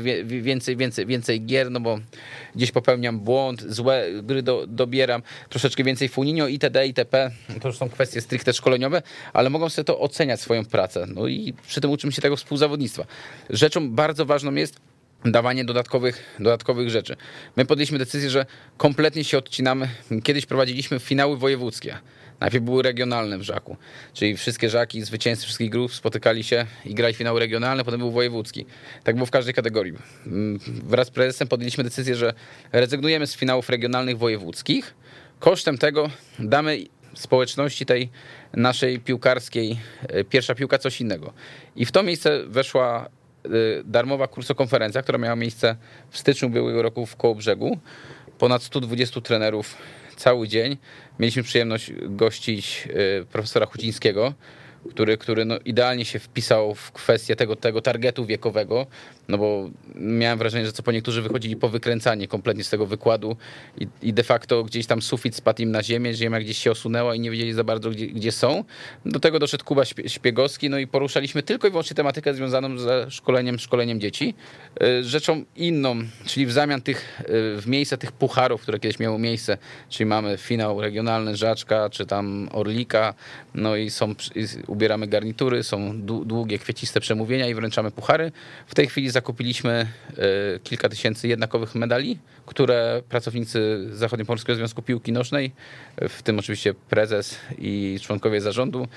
więcej gier, no bo gdzieś popełniam błąd, złe gry dobieram, troszeczkę więcej funinio, itd., itp. To już są kwestie stricte szkoleniowe, ale mogą sobie to oceniać swoją pracę. No i przy tym uczymy się tego współzawodnictwa. Rzeczą bardzo ważną jest dawanie dodatkowych rzeczy. My podjęliśmy decyzję, że kompletnie się odcinamy. Kiedyś prowadziliśmy finały wojewódzkie. Najpierw były regionalne w Żaku, czyli wszystkie Żaki, zwycięzcy wszystkich grup spotykali się i grali finały regionalne, potem był wojewódzki. Tak było w każdej kategorii. Wraz z prezesem podjęliśmy decyzję, że rezygnujemy z finałów regionalnych wojewódzkich. Kosztem tego damy społeczności tej naszej piłkarskiej, pierwsza piłka, coś innego. I w to miejsce weszła darmowa kursokonferencja, która miała miejsce w styczniu ubiegłego roku w Kołobrzegu. Ponad 120 trenerów cały dzień. Mieliśmy przyjemność gościć profesora Chucińskiego, który no idealnie się wpisał w kwestię tego targetu wiekowego, no bo miałem wrażenie, że co po niektórzy wychodzili po wykręcanie kompletnie z tego wykładu i de facto gdzieś tam sufit spadł im na ziemię, ziemia gdzieś się osunęła i nie wiedzieli za bardzo, gdzie są. Do tego doszedł Kuba Szpiegowski, no i poruszaliśmy tylko i wyłącznie tematykę związaną ze szkoleniem dzieci. Rzeczą inną, czyli w zamian w miejsce tych pucharów, które kiedyś miały miejsce, czyli mamy finał regionalny Żaczka, czy tam Orlika, no i ubieramy garnitury, są długie, kwieciste przemówienia i wręczamy puchary. W tej chwili zakupiliśmy kilka tysięcy jednakowych medali, które pracownicy Zachodniopomorskiego Związku Piłki Nożnej, w tym oczywiście prezes i członkowie zarządu,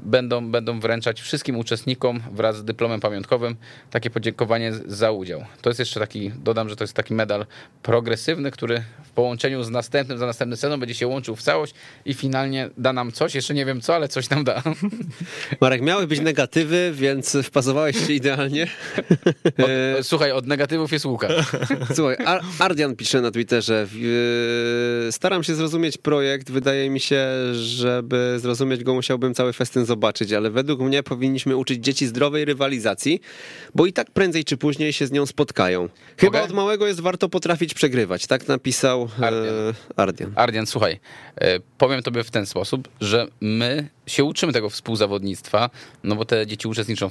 będą wręczać wszystkim uczestnikom wraz z dyplomem pamiątkowym takie podziękowanie za udział. To jest jeszcze dodam, że to jest taki medal progresywny, który w połączeniu z następnym, za następny sezon będzie się łączył w całość i finalnie da nam coś, jeszcze nie wiem co, ale coś nam da. Marek, miały być negatywy, więc wpasowałeś się idealnie. Słuchaj, od negatywów jest Łukasz. Słuchaj, Ardian pisze na Twitterze, staram się zrozumieć projekt, wydaje mi się, żeby zrozumieć go musiałbym cały festyn zobaczyć, ale według mnie powinniśmy uczyć dzieci zdrowej rywalizacji, bo i tak prędzej czy później się z nią spotkają. Chyba od małego jest warto potrafić przegrywać, tak napisał Ardian. Ardian, słuchaj, powiem tobie w ten sposób, że my się uczymy tego współzawodnictwa, no bo te dzieci uczestniczą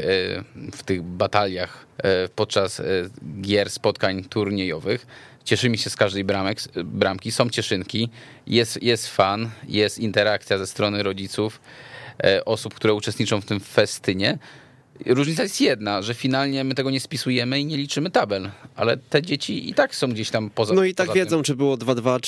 w tych bataliach podczas gier, spotkań turniejowych. Cieszymy się z każdej bramki, są cieszynki, jest fan, jest interakcja ze strony rodziców, osób, które uczestniczą w tym festynie. Różnica jest jedna, że finalnie my tego nie spisujemy i nie liczymy tabel, ale te dzieci i tak są gdzieś tam poza. No i tak wiedzą, tym. Czy było 2-2,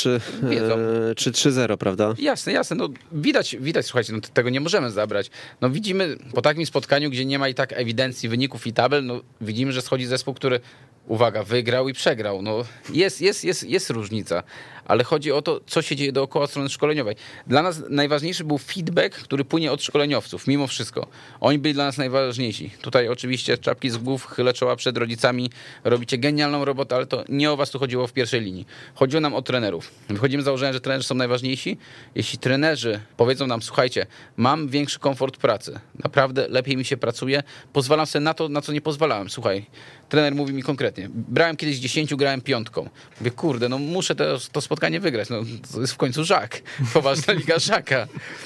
czy 3-0, prawda? Jasne. No widać, słuchajcie, no tego nie możemy zabrać. No widzimy po takim spotkaniu, gdzie nie ma i tak ewidencji wyników i tabel, no widzimy, że schodzi zespół, który, uwaga, wygrał i przegrał. No jest różnica, ale chodzi o to, co się dzieje dookoła strony szkoleniowej. Dla nas najważniejszy był feedback, który płynie od szkoleniowców, mimo wszystko. Oni byli dla nas najważniejsi. Tutaj oczywiście czapki z głów, chylę czoła przed rodzicami, robicie genialną robotę, ale to nie o was tu chodziło w pierwszej linii. Chodziło nam o trenerów. Wychodzimy z założenia, że trenerzy są najważniejsi. Jeśli trenerzy powiedzą nam, słuchajcie, mam większy komfort pracy, naprawdę lepiej mi się pracuje, pozwalam sobie na to, na co nie pozwalałem. Słuchaj, trener mówi mi konkretnie, brałem kiedyś 10, grałem 5. Mówię, kurde, no muszę to spotkanie spotkanie wygrać. No, to jest w końcu Żak, poważna liga Żaka.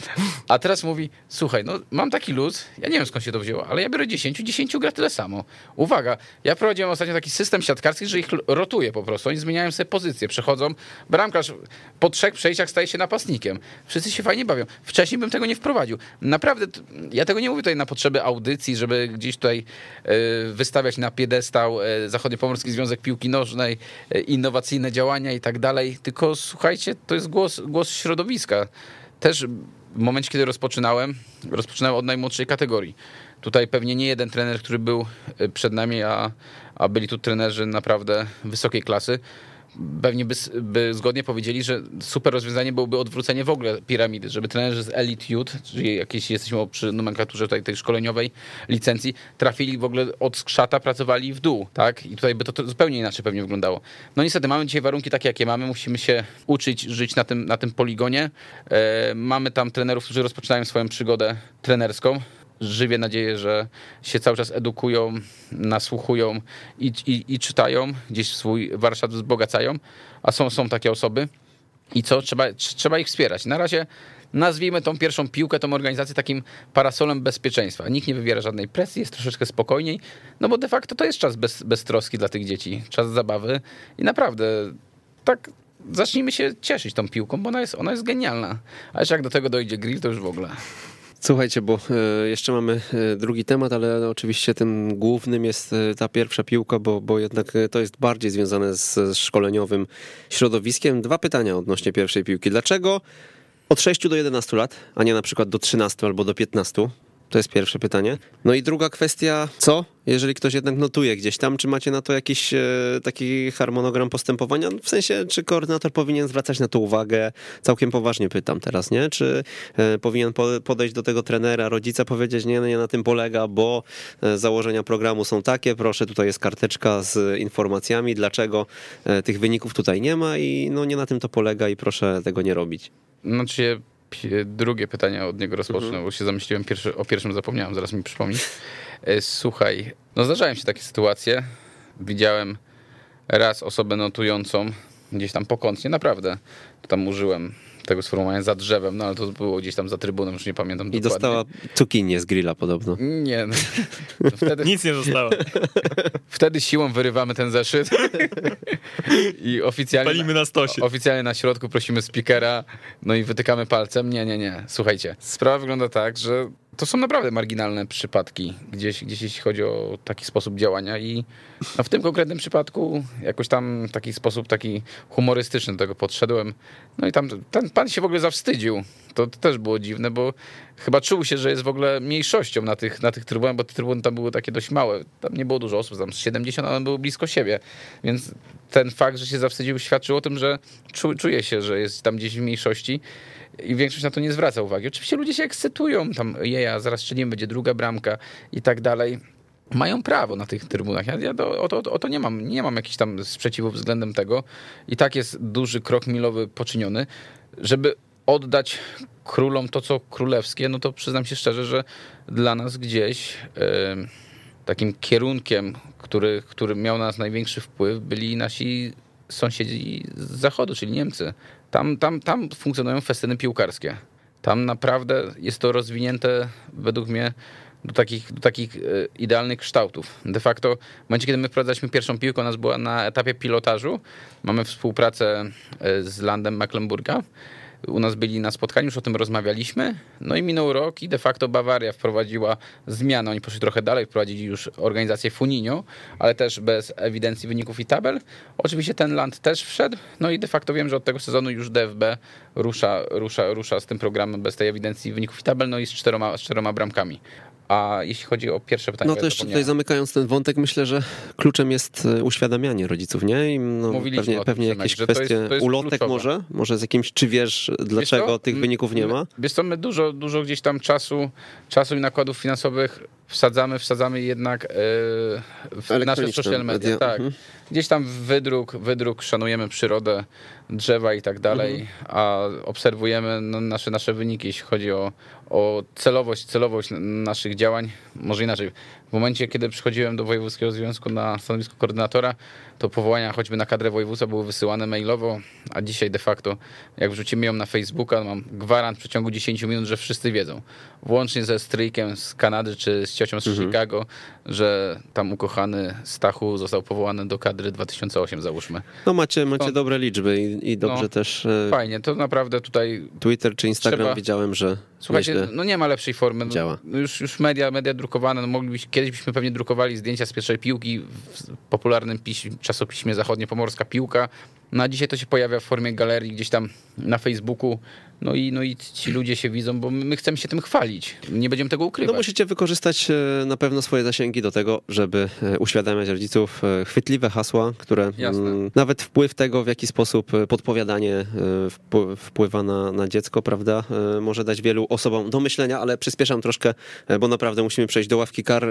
A teraz mówi, słuchaj, no mam taki luz, ja nie wiem skąd się to wzięło, ale ja biorę 10 gra tyle samo. Uwaga, ja prowadziłem ostatnio taki system siatkarski, że ich rotuję po prostu. Oni zmieniają sobie pozycję, przechodzą, bramkarz po 3 przejściach staje się napastnikiem. Wszyscy się fajnie bawią. Wcześniej bym tego nie wprowadził. Naprawdę, ja tego nie mówię tutaj na potrzeby audycji, żeby gdzieś tutaj wystawiać na piedestał Zachodniopomorski Związek Piłki Nożnej, innowacyjne działania i tak dalej, tylko słuchajcie, to jest głos środowiska. Też w momencie, kiedy rozpoczynałem od najmłodszej kategorii. Tutaj pewnie nie jeden trener, który był przed nami, a byli tu trenerzy naprawdę wysokiej klasy, pewnie by zgodnie powiedzieli, że super rozwiązanie byłoby odwrócenie w ogóle piramidy, żeby trenerzy z Elite Youth, czyli jakieś jesteśmy przy nomenklaturze tutaj tej szkoleniowej licencji, trafili w ogóle od skrzata, pracowali w dół, tak? I tutaj by to zupełnie inaczej pewnie wyglądało. No niestety mamy dzisiaj warunki takie, jakie mamy, musimy się uczyć żyć na tym poligonie. Mamy tam trenerów, którzy rozpoczynają swoją przygodę trenerską. Żywię nadzieję, że się cały czas edukują, nasłuchują i czytają, gdzieś swój warsztat wzbogacają, a są takie osoby. I co? Trzeba ich wspierać. Na razie nazwijmy tą pierwszą piłkę, tą organizację takim parasolem bezpieczeństwa. Nikt nie wywiera żadnej presji, jest troszeczkę spokojniej, no bo de facto to jest czas bez troski dla tych dzieci, czas zabawy i naprawdę tak zacznijmy się cieszyć tą piłką, bo ona jest genialna. A jeszcze jak do tego dojdzie grill, to już w ogóle. Słuchajcie, bo jeszcze mamy drugi temat, ale oczywiście tym głównym jest ta pierwsza piłka, bo jednak to jest bardziej związane z szkoleniowym środowiskiem. 2 pytania odnośnie pierwszej piłki. Dlaczego od 6 do 11 lat, a nie na przykład do 13 albo do 15? To jest pierwsze pytanie. No i druga kwestia, co? Jeżeli ktoś jednak notuje gdzieś tam, czy macie na to jakiś taki harmonogram postępowania? W sensie, czy koordynator powinien zwracać na to uwagę? Całkiem poważnie pytam teraz, nie? Czy powinien podejść do tego trenera, rodzica, powiedzieć, nie na tym polega, bo założenia programu są takie, proszę, tutaj jest karteczka z informacjami, dlaczego tych wyników tutaj nie ma i no nie na tym to polega i proszę tego nie robić. Znaczy, drugie pytanie od niego rozpocznę, bo się zamyśliłem, o pierwszym zapomniałem, zaraz mi przypomni. Słuchaj, no zdarzają się takie sytuacje. Widziałem raz osobę notującą gdzieś tam pokątnie, naprawdę. To tam użyłem tego sformułowania za drzewem, no ale to było gdzieś tam za trybuną, już nie pamiętam dokładnie. I dostała cukinię z grilla podobno. Nie, no, wtedy... Nic nie zostało. Wtedy siłą wyrywamy ten zeszyt i Palimy na stosie. Oficjalnie na środku prosimy speakera, no i wytykamy palcem. Nie. Słuchajcie, sprawa wygląda tak, że to są naprawdę marginalne przypadki gdzieś jeśli chodzi o taki sposób działania i no w tym konkretnym przypadku jakoś tam taki sposób taki humorystyczny do tego podszedłem. No i tam ten pan się w ogóle zawstydził. To też było dziwne, bo chyba czuł się, że jest w ogóle mniejszością na tych trybunach, bo te trybuny tam były takie dość małe. Tam nie było dużo osób, tam 70, ale były blisko siebie. Więc ten fakt, że się zawstydził, świadczył o tym, że czuje się, że jest tam gdzieś w mniejszości. I większość na to nie zwraca uwagi. Oczywiście ludzie się ekscytują, tam zaraz strzelimy, będzie druga bramka i tak dalej. Mają prawo na tych trybunach. Ja o to nie mam jakichś tam sprzeciwów względem tego. I tak jest duży krok milowy poczyniony, żeby oddać królom to, co królewskie, no to przyznam się szczerze, że dla nas gdzieś takim kierunkiem, który miał na nas największy wpływ, byli nasi sąsiedzi z zachodu, czyli Niemcy. Tam funkcjonują festyny piłkarskie. Tam naprawdę jest to rozwinięte według mnie do takich idealnych kształtów. De facto w momencie, kiedy my wprowadzaliśmy pierwszą piłkę, ona była na etapie pilotażu. Mamy współpracę z Landem Mecklenburga. U nas byli na spotkaniu, już o tym rozmawialiśmy. No i minął rok i de facto Bawaria wprowadziła zmianę. Oni poszli trochę dalej, wprowadzili już organizację Funinho, ale też bez ewidencji wyników i tabel. Oczywiście ten Land też wszedł. No i de facto wiem, że od tego sezonu już DFB rusza z tym programem bez tej ewidencji wyników i tabel, no i z czteroma bramkami. A jeśli chodzi o pierwsze pytanie... No to jeszcze tutaj zamykając ten wątek, myślę, że kluczem jest uświadamianie rodziców, nie? I no, pewnie jakieś kwestie to jest ulotek kluczowe. Może z jakimś, czy wiesz, dlaczego tych wyników nie ma? Wiesz co, my dużo gdzieś tam czasu i nakładów finansowych wsadzamy jednak w nasze Elektroniczne social media. media, Tak. Gdzieś tam wydruk, szanujemy przyrodę, drzewa i tak dalej, a obserwujemy nasze wyniki, jeśli chodzi o celowość naszych działań. Może inaczej, w momencie, kiedy przychodziłem do Wojewódzkiego Związku na stanowisko koordynatora, to powołania choćby na kadrę województwa były wysyłane mailowo, a dzisiaj de facto, jak wrzucimy ją na Facebooka, mam gwarant w przeciągu 10 minut, że wszyscy wiedzą. Włącznie ze stryjkiem z Kanady czy z ciocią z Chicago, że tam ukochany Stachu został powołany do kadry 2008, załóżmy. No macie dobre liczby i dobrze też. Fajnie, to naprawdę tutaj Twitter czy Instagram widziałem, że słuchajcie, nieźle no nie ma lepszej formy. działa. Już media drukowane, kiedyś byśmy pewnie drukowali zdjęcia z pierwszej piłki w popularnym czasopiśmie Zachodniopomorska Piłka. No a dzisiaj to się pojawia w formie galerii gdzieś tam na Facebooku. No i ci ludzie się widzą, bo my chcemy się tym chwalić. Nie będziemy tego ukrywać. No musicie wykorzystać na pewno swoje zasięgi do tego, żeby uświadamiać rodziców chwytliwe hasła, które nawet wpływ tego, w jaki sposób podpowiadanie wpływa na dziecko, prawda, może dać wielu osobom do myślenia, ale przyspieszam troszkę, bo naprawdę musimy przejść do ławki kar.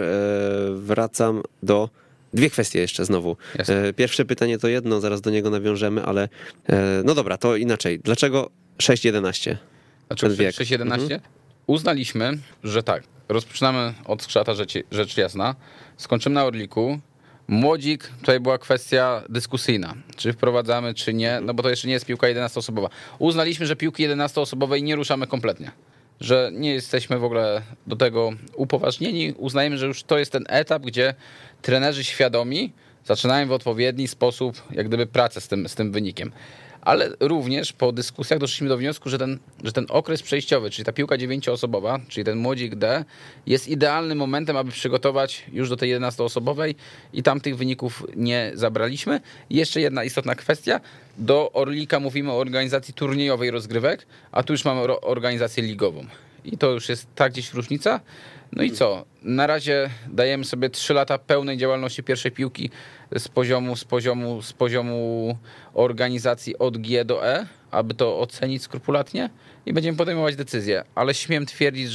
Wracam do dwie kwestie jeszcze znowu. Jasne. Pierwsze pytanie to jedno, zaraz do niego nawiążemy, ale no dobra, to inaczej. Dlaczego 6-11? Znaczy 6-11? Uznaliśmy, że tak, rozpoczynamy od Skrzata, rzecz jasna, skończymy na Orliku. Młodzik, tutaj była kwestia dyskusyjna, czy wprowadzamy, czy nie, no bo to jeszcze nie jest piłka 11-osobowa. Uznaliśmy, że piłki 11-osobowej nie ruszamy kompletnie, że nie jesteśmy w ogóle do tego upoważnieni. Uznajemy, że już to jest ten etap, gdzie trenerzy świadomi zaczynają w odpowiedni sposób jak gdyby pracę z tym wynikiem. Ale również po dyskusjach doszliśmy do wniosku, że ten okres przejściowy, czyli ta piłka 9-osobowa, czyli ten młodzik D, jest idealnym momentem, aby przygotować już do tej 11-osobowej i tam tych wyników nie zabraliśmy. I jeszcze jedna istotna kwestia. Do Orlika mówimy o organizacji turniejowej rozgrywek, a tu już mamy organizację ligową. I to już jest ta gdzieś różnica. No i co? Na razie dajemy sobie 3 lata pełnej działalności pierwszej piłki z poziomu organizacji od G do E, aby to ocenić skrupulatnie i będziemy podejmować decyzje. Ale śmiem twierdzić,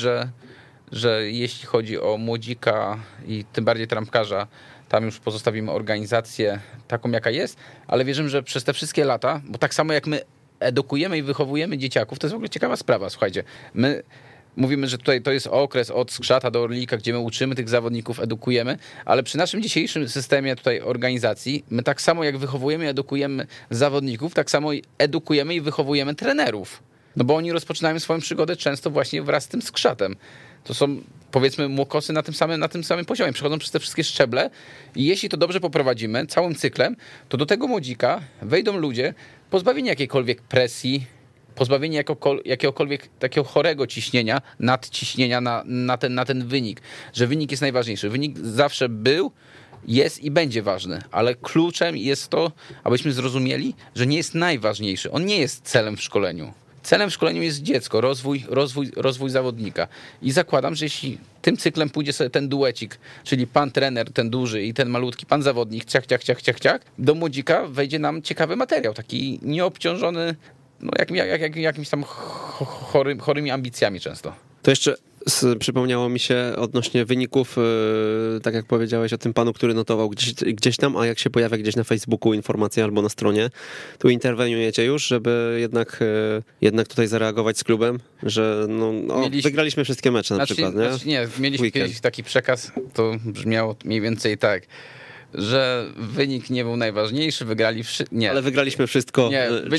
że jeśli chodzi o młodzika i tym bardziej trampkarza, tam już pozostawimy organizację taką, jaka jest, ale wierzymy, że przez te wszystkie lata, bo tak samo jak my edukujemy i wychowujemy dzieciaków, to jest w ogóle ciekawa sprawa, słuchajcie, my mówimy, że tutaj to jest okres od Skrzata do Orlika, gdzie my uczymy tych zawodników, edukujemy, ale przy naszym dzisiejszym systemie tutaj organizacji, my tak samo jak wychowujemy i edukujemy zawodników, tak samo edukujemy i wychowujemy trenerów. No bo oni rozpoczynają swoją przygodę często właśnie wraz z tym Skrzatem. To są, powiedzmy, młokosy na tym samym poziomie. Przechodzą przez te wszystkie szczeble i jeśli to dobrze poprowadzimy całym cyklem, to do tego młodzika wejdą ludzie pozbawieni jakiejkolwiek presji, pozbawienie jakiegokolwiek takiego chorego ciśnienia, nadciśnienia na ten wynik, że wynik jest najważniejszy. Wynik zawsze był, jest i będzie ważny, ale kluczem jest to, abyśmy zrozumieli, że nie jest najważniejszy. On nie jest celem w szkoleniu. Celem w szkoleniu jest dziecko, rozwój zawodnika. I zakładam, że jeśli tym cyklem pójdzie sobie ten duecik, czyli pan trener, ten duży i ten malutki, pan zawodnik, ciach, do młodzika wejdzie nam ciekawy materiał, taki nieobciążony no, jakimiś tam chorymi ambicjami często. To jeszcze przypomniało mi się odnośnie wyników, tak jak powiedziałeś o tym panu, który notował gdzieś tam, a jak się pojawia gdzieś na Facebooku informacja albo na stronie, tu interweniujecie już, żeby jednak tutaj zareagować z klubem, że wygraliśmy wszystkie mecze na przykład, nie? Mieliśmy kiedyś taki przekaz, to brzmiało mniej więcej tak, że wynik nie był najważniejszy, ale wygraliśmy wszystko,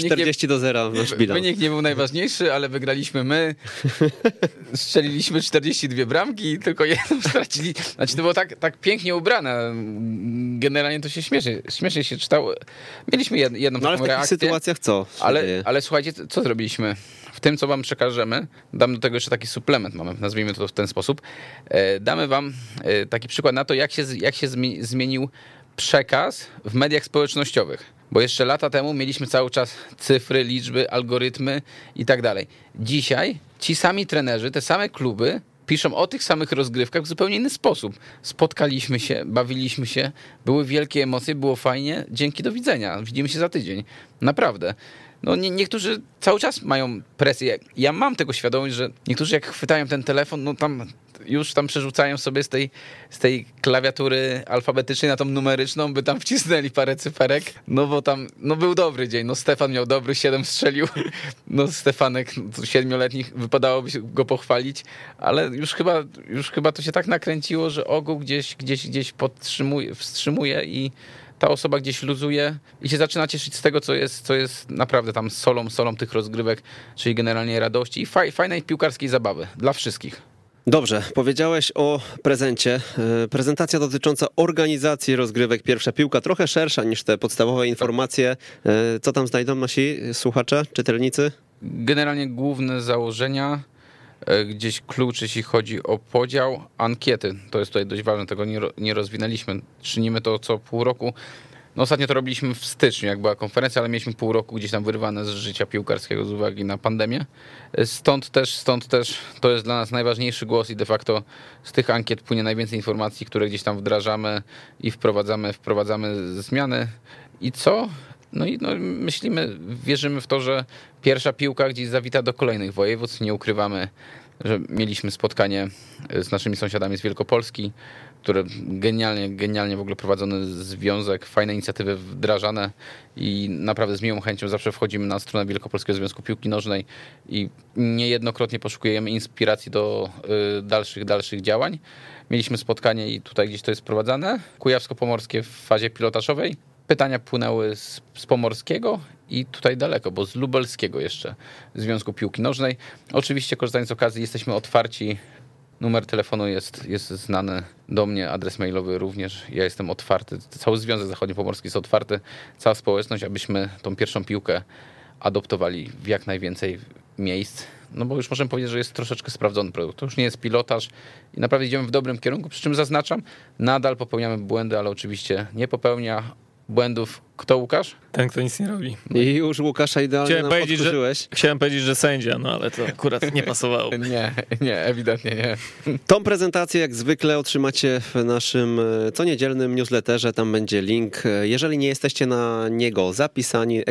40-0 nasz bilans. Wynik nie był najważniejszy, ale wygraliśmy my, strzeliliśmy 42 bramki i tylko jedną stracili. Znaczy to było tak pięknie ubrane, generalnie to się śmiesznie się czytało. Mieliśmy jedną taką reakcję. Ale w takich sytuacjach co? Ale słuchajcie, co zrobiliśmy? W tym, co wam przekażemy, dam do tego jeszcze taki suplement, nazwijmy to w ten sposób, damy wam taki przykład na to, jak się zmienił przekaz w mediach społecznościowych. Bo jeszcze lata temu mieliśmy cały czas cyfry, liczby, algorytmy i tak dalej. Dzisiaj ci sami trenerzy, te same kluby piszą o tych samych rozgrywkach w zupełnie inny sposób. Spotkaliśmy się, bawiliśmy się, były wielkie emocje, było fajnie, dzięki, do widzenia, widzimy się za tydzień. Naprawdę. No niektórzy cały czas mają presję. Ja mam tego świadomość, że niektórzy jak chwytają ten telefon, no tam już tam przerzucają sobie z tej klawiatury alfabetycznej na tą numeryczną, by tam wcisnęli parę cyferek, no bo tam, no był dobry dzień, no Stefan miał dobry, 7 strzelił, no Stefanek 7-letni, wypadałoby się go pochwalić, ale już chyba to się tak nakręciło, że ogół gdzieś wstrzymuje i ta osoba gdzieś luzuje i się zaczyna cieszyć z tego, co jest naprawdę tam solą tych rozgrywek, czyli generalnie radości i fajnej piłkarskiej zabawy dla wszystkich. Dobrze, powiedziałeś o prezencie. Prezentacja dotycząca organizacji rozgrywek Pierwsza Piłka, trochę szersza niż te podstawowe informacje. Co tam znajdą nasi słuchacze, czytelnicy? Generalnie główne założenia, gdzieś klucz, jeśli chodzi o podział, ankiety. To jest tutaj dość ważne, tego nie rozwinęliśmy. Czynimy to co pół roku. No ostatnio to robiliśmy w styczniu, jak była konferencja, ale mieliśmy pół roku gdzieś tam wyrwane z życia piłkarskiego z uwagi na pandemię. Stąd też to jest dla nas najważniejszy głos i de facto z tych ankiet płynie najwięcej informacji, które gdzieś tam wdrażamy i wprowadzamy zmiany. I co? No myślimy, wierzymy w to, że Pierwsza Piłka gdzieś zawita do kolejnych województw. Nie ukrywamy, że mieliśmy spotkanie z naszymi sąsiadami z Wielkopolski, które genialnie w ogóle prowadzony związek, fajne inicjatywy wdrażane i naprawdę z miłą chęcią zawsze wchodzimy na stronę Wielkopolskiego Związku Piłki Nożnej i niejednokrotnie poszukujemy inspiracji do dalszych działań. Mieliśmy spotkanie i tutaj gdzieś to jest prowadzane. Kujawsko-Pomorskie w fazie pilotażowej. Pytania płynęły z Pomorskiego i tutaj daleko, bo z Lubelskiego jeszcze Związku Piłki Nożnej. Oczywiście korzystając z okazji jesteśmy otwarci. Numer telefonu jest znany do mnie, adres mailowy również. Ja jestem otwarty, cały Związek Zachodniopomorski jest otwarty, cała społeczność, abyśmy tą Pierwszą Piłkę adoptowali w jak najwięcej miejsc. No bo już możemy powiedzieć, że jest troszeczkę sprawdzony produkt. To już nie jest pilotaż i naprawdę idziemy w dobrym kierunku, przy czym zaznaczam, nadal popełniamy błędy, ale oczywiście nie popełnia błędów. Kto, Łukasz? Ten, kto nic nie robi. I już Łukasza idealnie nam podkurzyłeś. Chciałem powiedzieć, że sędzia, no ale to akurat nie pasowało. Nie, ewidentnie nie. Tą prezentację jak zwykle otrzymacie w naszym co niedzielnym newsletterze, tam będzie link. Jeżeli nie jesteście na niego zapisani,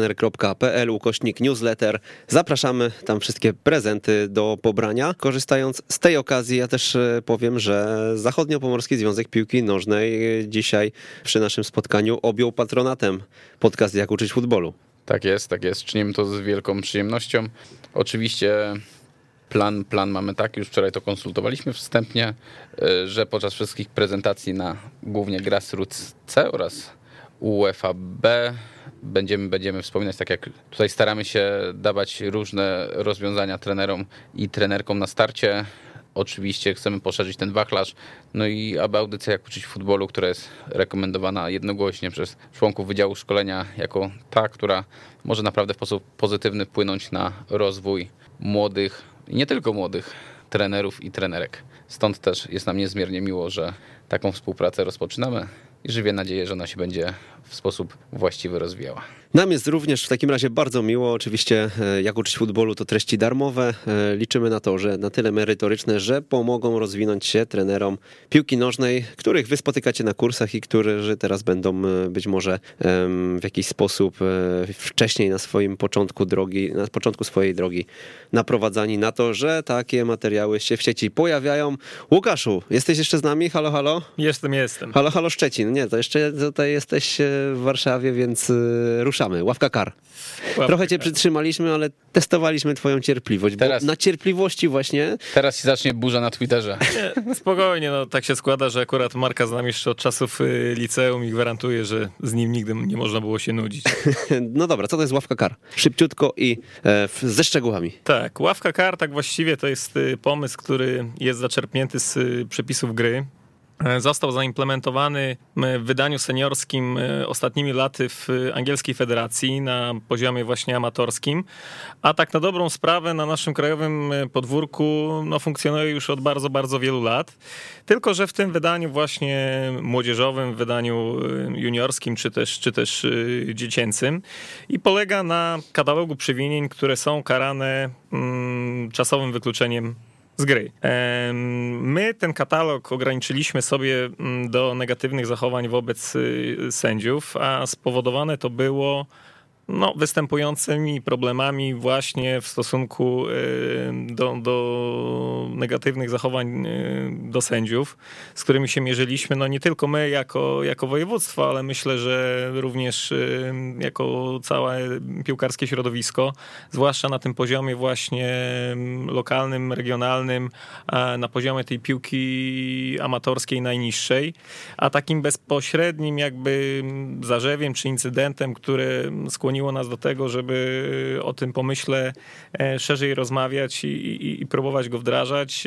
ekstratrener.pl/newsletter. Zapraszamy, tam wszystkie prezenty do pobrania. Korzystając z tej okazji, ja też powiem, że Zachodniopomorski Związek Piłki Nożnej dzisiaj przy naszym spotkaniu objął patronatem podcast Jak uczyć futbolu. Tak jest. Czynimy to z wielką przyjemnością. Oczywiście plan mamy taki, już wczoraj to konsultowaliśmy wstępnie, że podczas wszystkich prezentacji na głównie Grassroots C oraz UEFA B będziemy wspominać, tak jak tutaj staramy się dawać różne rozwiązania trenerom i trenerkom na starcie. Oczywiście chcemy poszerzyć ten wachlarz, no i aby audycja Jak uczyć futbolu, która jest rekomendowana jednogłośnie przez członków Wydziału Szkolenia jako ta, która może naprawdę w sposób pozytywny wpłynąć na rozwój młodych i nie tylko młodych trenerów i trenerek. Stąd też jest nam niezmiernie miło, że taką współpracę rozpoczynamy i żywię nadzieję, że ona się będzie w sposób właściwy rozwijała. Nam jest również w takim razie bardzo miło. Oczywiście Jak uczyć futbolu to treści darmowe. Liczymy na to, że na tyle merytoryczne, że pomogą rozwinąć się trenerom piłki nożnej, których wy spotykacie na kursach i którzy teraz będą być może w jakiś sposób wcześniej na początku swojej drogi naprowadzani na to, że takie materiały się w sieci pojawiają. Łukaszu, jesteś jeszcze z nami? Halo, halo? Jestem. Halo, Szczecin. Nie, to jeszcze tutaj jesteś w Warszawie, więc ruszamy. Ławka kar. Trochę cię przytrzymaliśmy, ale testowaliśmy twoją cierpliwość, bo na cierpliwości właśnie... Teraz się zacznie burza na Twitterze. Nie, spokojnie, no tak się składa, że akurat Marka znam jeszcze od czasów liceum i gwarantuję, że z nim nigdy nie można było się nudzić. No dobra, co to jest ławka kar? Szybciutko i ze szczegółami. Tak, ławka kar tak właściwie to jest pomysł, który jest zaczerpnięty z przepisów gry. Został zaimplementowany w wydaniu seniorskim ostatnimi laty w angielskiej federacji na poziomie właśnie amatorskim, a tak na dobrą sprawę na naszym krajowym podwórku funkcjonuje już od bardzo, bardzo wielu lat. Tylko że w tym wydaniu właśnie młodzieżowym, w wydaniu juniorskim czy też dziecięcym i polega na katalogu przewinień, które są karane czasowym wykluczeniem z gry. My ten katalog ograniczyliśmy sobie do negatywnych zachowań wobec sędziów, a spowodowane to było występującymi problemami właśnie w stosunku do negatywnych zachowań do sędziów, z którymi się mierzyliśmy, nie tylko my jako województwo, ale myślę, że również jako całe piłkarskie środowisko, zwłaszcza na tym poziomie właśnie lokalnym, regionalnym, na poziomie tej piłki amatorskiej najniższej, a takim bezpośrednim jakby zarzewiem czy incydentem, które skłoniło nas do tego, żeby o tym pomyśle szerzej rozmawiać i próbować go wdrażać,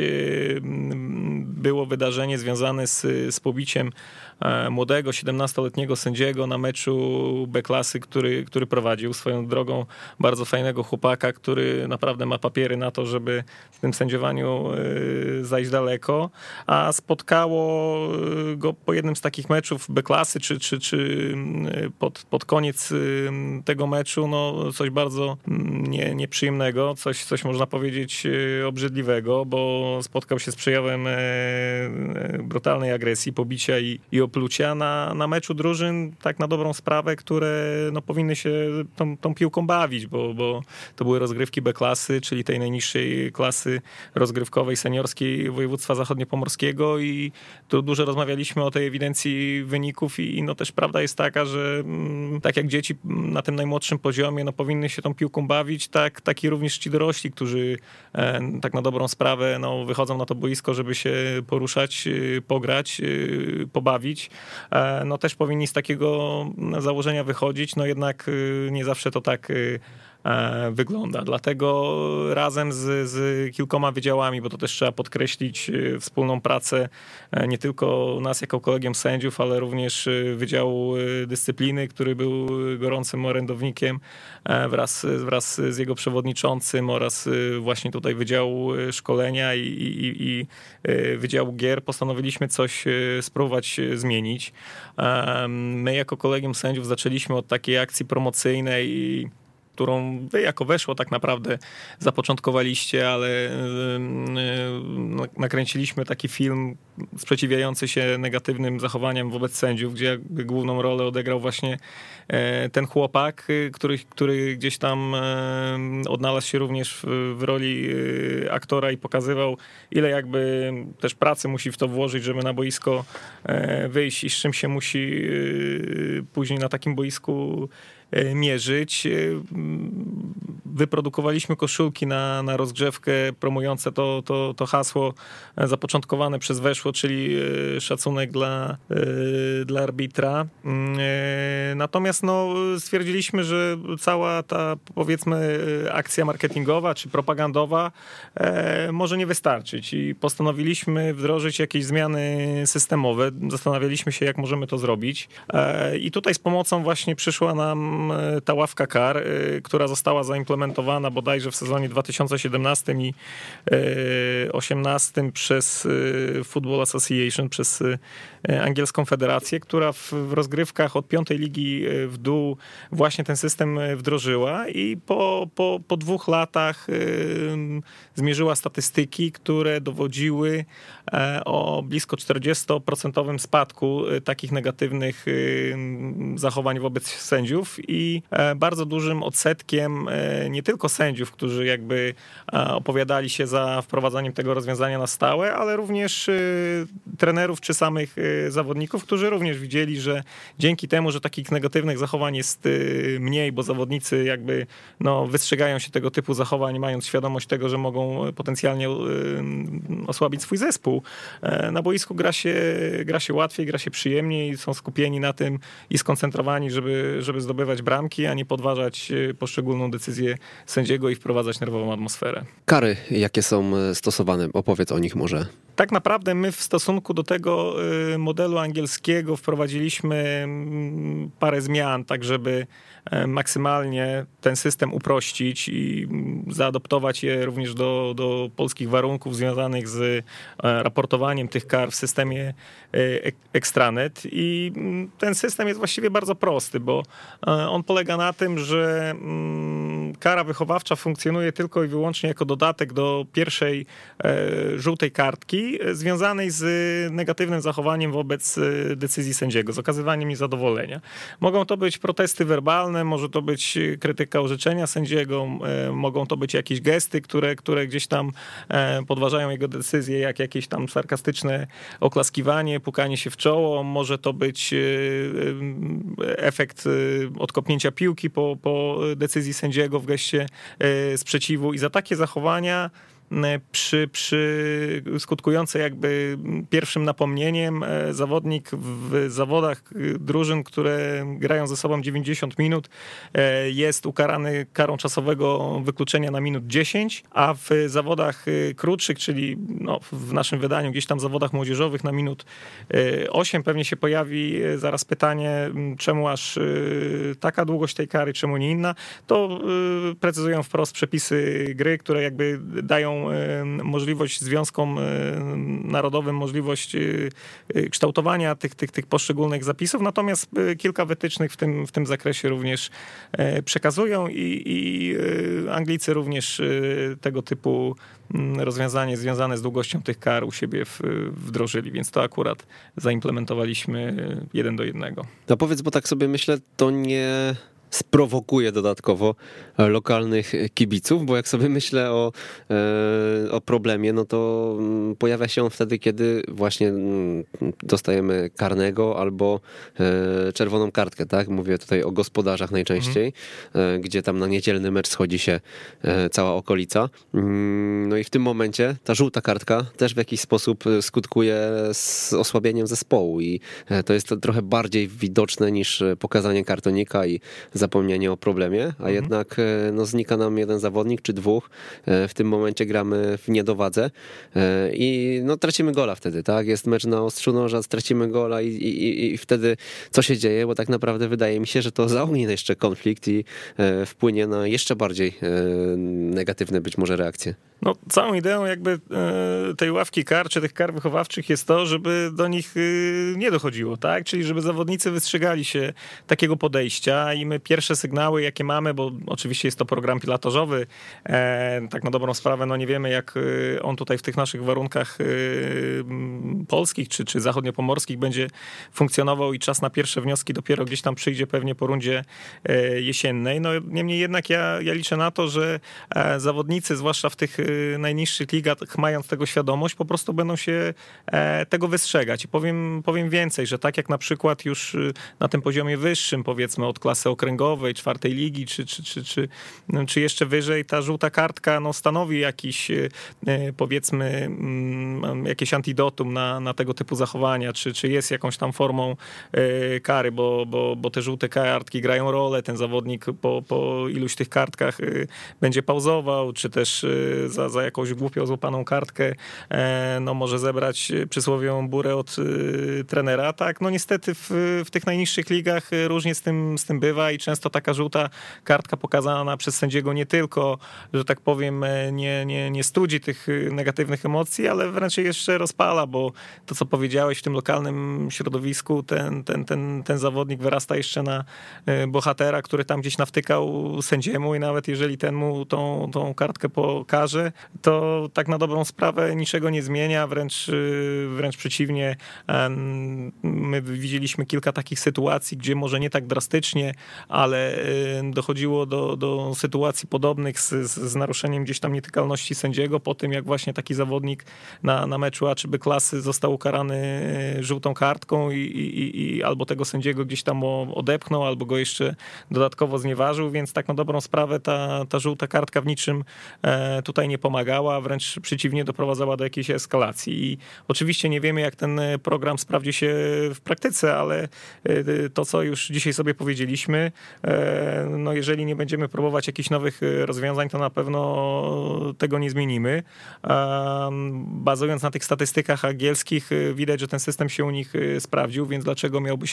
było wydarzenie związane z pobiciem młodego, 17-letniego sędziego na meczu B-klasy, który prowadził. Swoją drogą bardzo fajnego chłopaka, który naprawdę ma papiery na to, żeby w tym sędziowaniu zajść daleko, a spotkało go po jednym z takich meczów B-klasy, czy pod koniec tego meczu, coś bardzo nieprzyjemnego, coś można powiedzieć obrzydliwego, bo spotkał się z przejawem brutalnej agresji, pobicia i oplucia na meczu drużyn, tak na dobrą sprawę, które powinny się tą piłką bawić, bo to były rozgrywki B-klasy, czyli tej najniższej klasy rozgrywkowej, seniorskiej województwa zachodniopomorskiego i tu dużo rozmawialiśmy o tej ewidencji wyników i też prawda jest taka, że tak jak dzieci na tym najmłodszym poziomie powinny się tą piłką bawić, tak i również ci dorośli, którzy tak na dobrą sprawę wychodzą na to boisko, żeby się poruszać, pograć, pobawić. Też powinni z takiego założenia wychodzić, jednak nie zawsze to tak wygląda. Dlatego razem z kilkoma wydziałami, bo to też trzeba podkreślić, wspólną pracę nie tylko nas jako kolegium sędziów, ale również Wydziału Dyscypliny, który był gorącym orędownikiem wraz z jego przewodniczącym oraz właśnie tutaj Wydziału Szkolenia i Wydziału Gier postanowiliśmy coś spróbować zmienić. My jako kolegium sędziów zaczęliśmy od takiej akcji promocyjnej, którą wy jako Weszło tak naprawdę zapoczątkowaliście, ale nakręciliśmy taki film sprzeciwiający się negatywnym zachowaniom wobec sędziów, gdzie jakby główną rolę odegrał właśnie ten chłopak, który gdzieś tam odnalazł się również w roli aktora i pokazywał, ile jakby też pracy musi w to włożyć, żeby na boisko wyjść i z czym się musi później na takim boisku mierzyć. Wyprodukowaliśmy koszulki na rozgrzewkę promujące to hasło zapoczątkowane przez Weszło, czyli szacunek dla arbitra. Natomiast stwierdziliśmy, że cała ta, powiedzmy, akcja marketingowa czy propagandowa może nie wystarczyć i postanowiliśmy wdrożyć jakieś zmiany systemowe. Zastanawialiśmy się, jak możemy to zrobić. I tutaj z pomocą właśnie przyszła nam ta ławka kar, która została zaimplementowana bodajże w sezonie 2017 i 2018 przez Football Association, przez angielską federację, która w rozgrywkach od 5. ligi w dół właśnie ten system wdrożyła i po 2 latach zmierzyła statystyki, które dowodziły o blisko 40% spadku takich negatywnych zachowań wobec sędziów i bardzo dużym odsetkiem nie tylko sędziów, którzy jakby opowiadali się za wprowadzaniem tego rozwiązania na stałe, ale również trenerów czy samych zawodników, którzy również widzieli, że dzięki temu, że takich negatywnych zachowań jest mniej, bo zawodnicy jakby wystrzegają się tego typu zachowań, mając świadomość tego, że mogą potencjalnie osłabić swój zespół. Na boisku gra się łatwiej, gra się przyjemniej, są skupieni na tym i skoncentrowani, żeby zdobywać bramki, a nie podważać poszczególną decyzję sędziego i wprowadzać nerwową atmosferę. Kary, jakie są stosowane? Opowiedz o nich może. Tak naprawdę my w stosunku do tego modelu angielskiego wprowadziliśmy parę zmian, tak żeby maksymalnie ten system uprościć i zaadoptować je również do polskich warunków związanych z raportowaniem tych kar w systemie Extranet. I ten system jest właściwie bardzo prosty, bo on polega na tym, że kara wychowawcza funkcjonuje tylko i wyłącznie jako dodatek do pierwszej żółtej kartki związanej z negatywnym zachowaniem wobec decyzji sędziego, z okazywaniem niezadowolenia. Mogą to być protesty werbalne, może to być krytyka orzeczenia sędziego, mogą to być jakieś gesty, które gdzieś tam podważają jego decyzję, jak jakieś tam sarkastyczne oklaskiwanie, pukanie się w czoło, może to być efekt odkopnięcia piłki po decyzji sędziego w geście sprzeciwu i za takie zachowania skutkujące jakby pierwszym napomnieniem zawodnik w zawodach drużyn, które grają ze sobą 90 minut jest ukarany karą czasowego wykluczenia na minut 10, a w zawodach krótszych, czyli w naszym wydaniu gdzieś tam zawodach młodzieżowych na minut 8 pewnie się pojawi zaraz pytanie, czemu aż taka długość tej kary, czemu nie inna. To precyzują wprost przepisy gry, które jakby dają możliwość związkom narodowym, możliwość kształtowania tych poszczególnych zapisów, natomiast kilka wytycznych w tym zakresie również przekazują i Anglicy również tego typu rozwiązanie związane z długością tych kar u siebie wdrożyli, więc to akurat zaimplementowaliśmy 1:1. No powiedz, bo tak sobie myślę, to nie sprowokuje dodatkowo lokalnych kibiców, bo jak sobie myślę o problemie, no to pojawia się on wtedy, kiedy właśnie dostajemy karnego albo czerwoną kartkę, tak? Mówię tutaj o gospodarzach najczęściej, gdzie tam na niedzielny mecz schodzi się cała okolica. No i w tym momencie ta żółta kartka też w jakiś sposób skutkuje z osłabieniem zespołu i to jest trochę bardziej widoczne niż pokazanie kartonika i zapomnienie o problemie, a jednak znika nam jeden zawodnik czy dwóch. W tym momencie gramy w niedowadze i tracimy gola wtedy, tak? Jest mecz na ostrzu noża, stracimy gola i wtedy co się dzieje? Bo tak naprawdę wydaje mi się, że to zaogni jeszcze konflikt i wpłynie na jeszcze bardziej negatywne być może reakcje. No, całą ideą jakby tej ławki kar, czy tych kar wychowawczych jest to, żeby do nich nie dochodziło, tak? Czyli żeby zawodnicy wystrzegali się takiego podejścia i my pierwsze sygnały, jakie mamy, bo oczywiście jest to program pilotażowy, tak na dobrą sprawę, nie wiemy, jak on tutaj w tych naszych warunkach polskich, czy zachodniopomorskich będzie funkcjonował i czas na pierwsze wnioski dopiero gdzieś tam przyjdzie pewnie po rundzie jesiennej. No, niemniej jednak ja liczę na to, że zawodnicy, zwłaszcza w tych najniższych ligach, mając tego świadomość, po prostu będą się tego wystrzegać. I powiem więcej, że tak jak na przykład już na tym poziomie wyższym, powiedzmy od klasy okręgowej, 4. ligi, czy jeszcze wyżej, ta żółta kartka stanowi jakiś, powiedzmy, jakieś antidotum na tego typu zachowania, czy jest jakąś tam formą kary, bo te żółte kartki grają rolę, ten zawodnik po iluś tych kartkach będzie pauzował, czy też za jakąś głupią złapaną kartkę może zebrać przysłowiową burę od trenera. Tak, niestety w tych najniższych ligach różnie z tym bywa i często taka żółta kartka pokazana przez sędziego nie tylko, że tak powiem, nie studzi tych negatywnych emocji, ale wręcz je jeszcze rozpala, bo to, co powiedziałeś, w tym lokalnym środowisku ten zawodnik wyrasta jeszcze na bohatera, który tam gdzieś nawtykał sędziemu i nawet jeżeli ten mu tą kartkę pokaże, to tak na dobrą sprawę niczego nie zmienia, wręcz przeciwnie. My widzieliśmy kilka takich sytuacji, gdzie może nie tak drastycznie, ale dochodziło do sytuacji podobnych z naruszeniem gdzieś tam nietykalności sędziego po tym, jak właśnie taki zawodnik na meczu A czy B klasy został ukarany żółtą kartką i albo tego sędziego gdzieś tam odepchnął, albo go jeszcze dodatkowo znieważył, więc tak na dobrą sprawę ta żółta kartka w niczym tutaj nie pomagała, wręcz przeciwnie, doprowadzała do jakiejś eskalacji. I oczywiście nie wiemy, jak ten program sprawdzi się w praktyce, ale to, co już dzisiaj sobie powiedzieliśmy, jeżeli nie będziemy próbować jakichś nowych rozwiązań, to na pewno tego nie zmienimy. Bazując na tych statystykach angielskich, widać, że ten system się u nich sprawdził, więc dlaczego miałby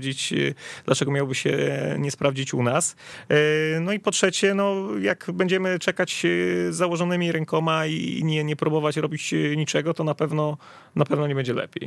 się nie sprawdzić u nas? No i po trzecie, jak będziemy czekać z założonymi rękoma i nie próbować robić niczego, to na pewno nie będzie lepiej.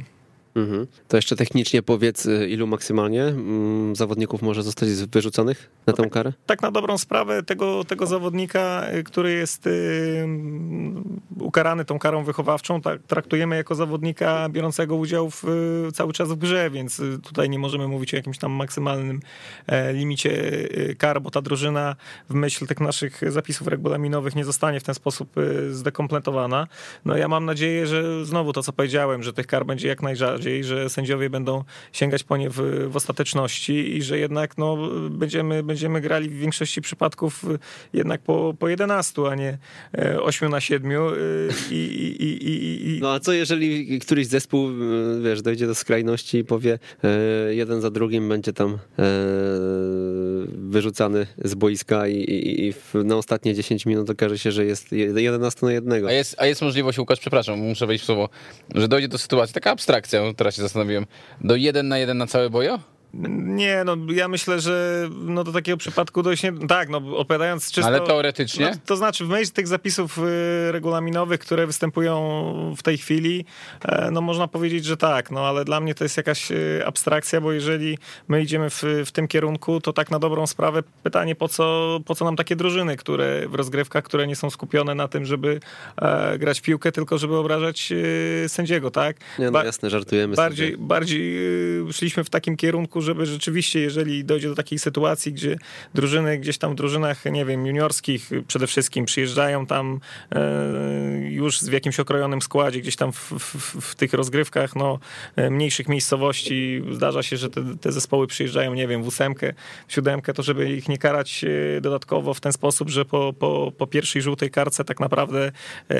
To jeszcze technicznie powiedz, ilu maksymalnie zawodników może zostać wyrzuconych na tę karę? Tak na dobrą sprawę tego zawodnika, który jest ukarany tą karą wychowawczą, traktujemy jako zawodnika biorącego udział cały czas w grze, więc tutaj nie możemy mówić o jakimś tam maksymalnym limicie kar, bo ta drużyna w myśl tych naszych zapisów regulaminowych nie zostanie w ten sposób zdekompletowana. No ja mam nadzieję, że znowu to, co powiedziałem, że tych kar będzie jak najrzadziej, że sędziowie będą sięgać po nie w ostateczności i że jednak będziemy grali w większości przypadków jednak po 11, a nie 8-7. No a co jeżeli któryś zespół, dojdzie do skrajności i powie, jeden za drugim będzie tam wyrzucany z boiska i na ostatnie 10 minut okaże się, że jest 11-1. A jest możliwość, Łukasz, przepraszam, muszę wejść w słowo, że dojdzie do sytuacji, taka abstrakcja, teraz się zastanowiłem, do 1-1 na całe bojo? Nie, ja myślę, że do takiego przypadku dojść nie... Tak, opowiadając czysto... Ale teoretycznie? To znaczy w myśl tych zapisów regulaminowych, które występują w tej chwili, można powiedzieć, że tak, ale dla mnie to jest jakaś abstrakcja, bo jeżeli my idziemy w tym kierunku, to tak na dobrą sprawę pytanie, po co nam takie drużyny, które w rozgrywkach, które nie są skupione na tym, żeby grać w piłkę, tylko żeby obrażać sędziego, tak? Nie, jasne, żartujemy Bardziej szliśmy w takim kierunku, żeby rzeczywiście, jeżeli dojdzie do takiej sytuacji, gdzie drużyny gdzieś tam w drużynach, nie wiem, juniorskich przede wszystkim przyjeżdżają tam już w jakimś okrojonym składzie, gdzieś tam w tych rozgrywkach mniejszych miejscowości zdarza się, że te zespoły przyjeżdżają, nie wiem, w 8, w 7, to żeby ich nie karać dodatkowo w ten sposób, że po pierwszej żółtej kartce tak naprawdę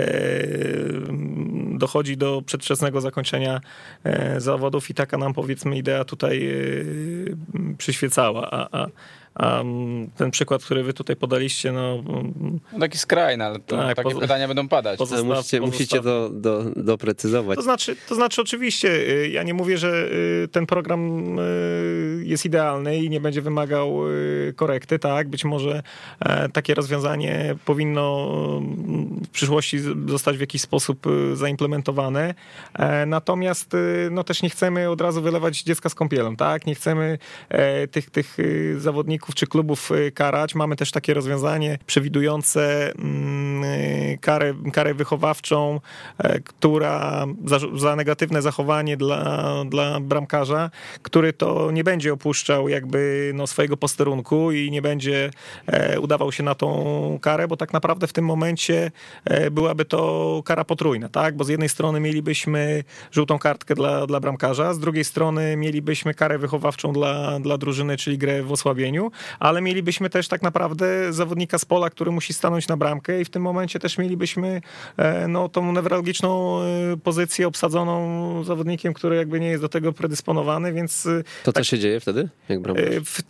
dochodzi do przedwczesnego zakończenia zawodów i taka nam, powiedzmy, idea tutaj przyświecała, a ten przykład, który wy tutaj podaliście, taki skrajny, ale takie pytania będą padać. Musicie doprecyzować. To znaczy oczywiście, ja nie mówię, że ten program jest idealny i nie będzie wymagał korekty, tak? Być może takie rozwiązanie powinno w przyszłości zostać w jakiś sposób zaimplementowane, natomiast też nie chcemy od razu wylewać dziecka z kąpielą, tak? Nie chcemy tych zawodników czy klubów karać. Mamy też takie rozwiązanie przewidujące karę wychowawczą, która za negatywne zachowanie dla bramkarza, który to nie będzie opuszczał jakby swojego posterunku i nie będzie udawał się na tą karę, bo tak naprawdę w tym momencie byłaby to kara potrójna, tak? Bo z jednej strony mielibyśmy żółtą kartkę dla bramkarza, z drugiej strony mielibyśmy karę wychowawczą dla drużyny, czyli grę w osłabieniu, ale mielibyśmy też tak naprawdę zawodnika z pola, który musi stanąć na bramkę i w tym momencie też mielibyśmy tą newralgiczną pozycję obsadzoną zawodnikiem, który jakby nie jest do tego predysponowany, więc... To co się dzieje wtedy? Jak bramkarz? W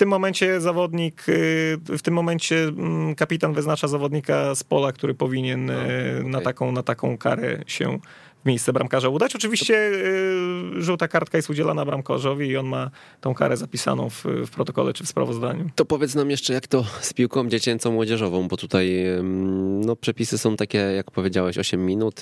tym momencie kapitan wyznacza zawodnika z pola, który powinien na taką karę się w miejsce bramkarza udać. Oczywiście żółta kartka jest udzielana bramkarzowi i on ma tą karę zapisaną w protokole czy w sprawozdaniu. To powiedz nam jeszcze, jak to z piłką dziecięcą, młodzieżową, bo tutaj przepisy są takie, jak powiedziałeś, 8 minut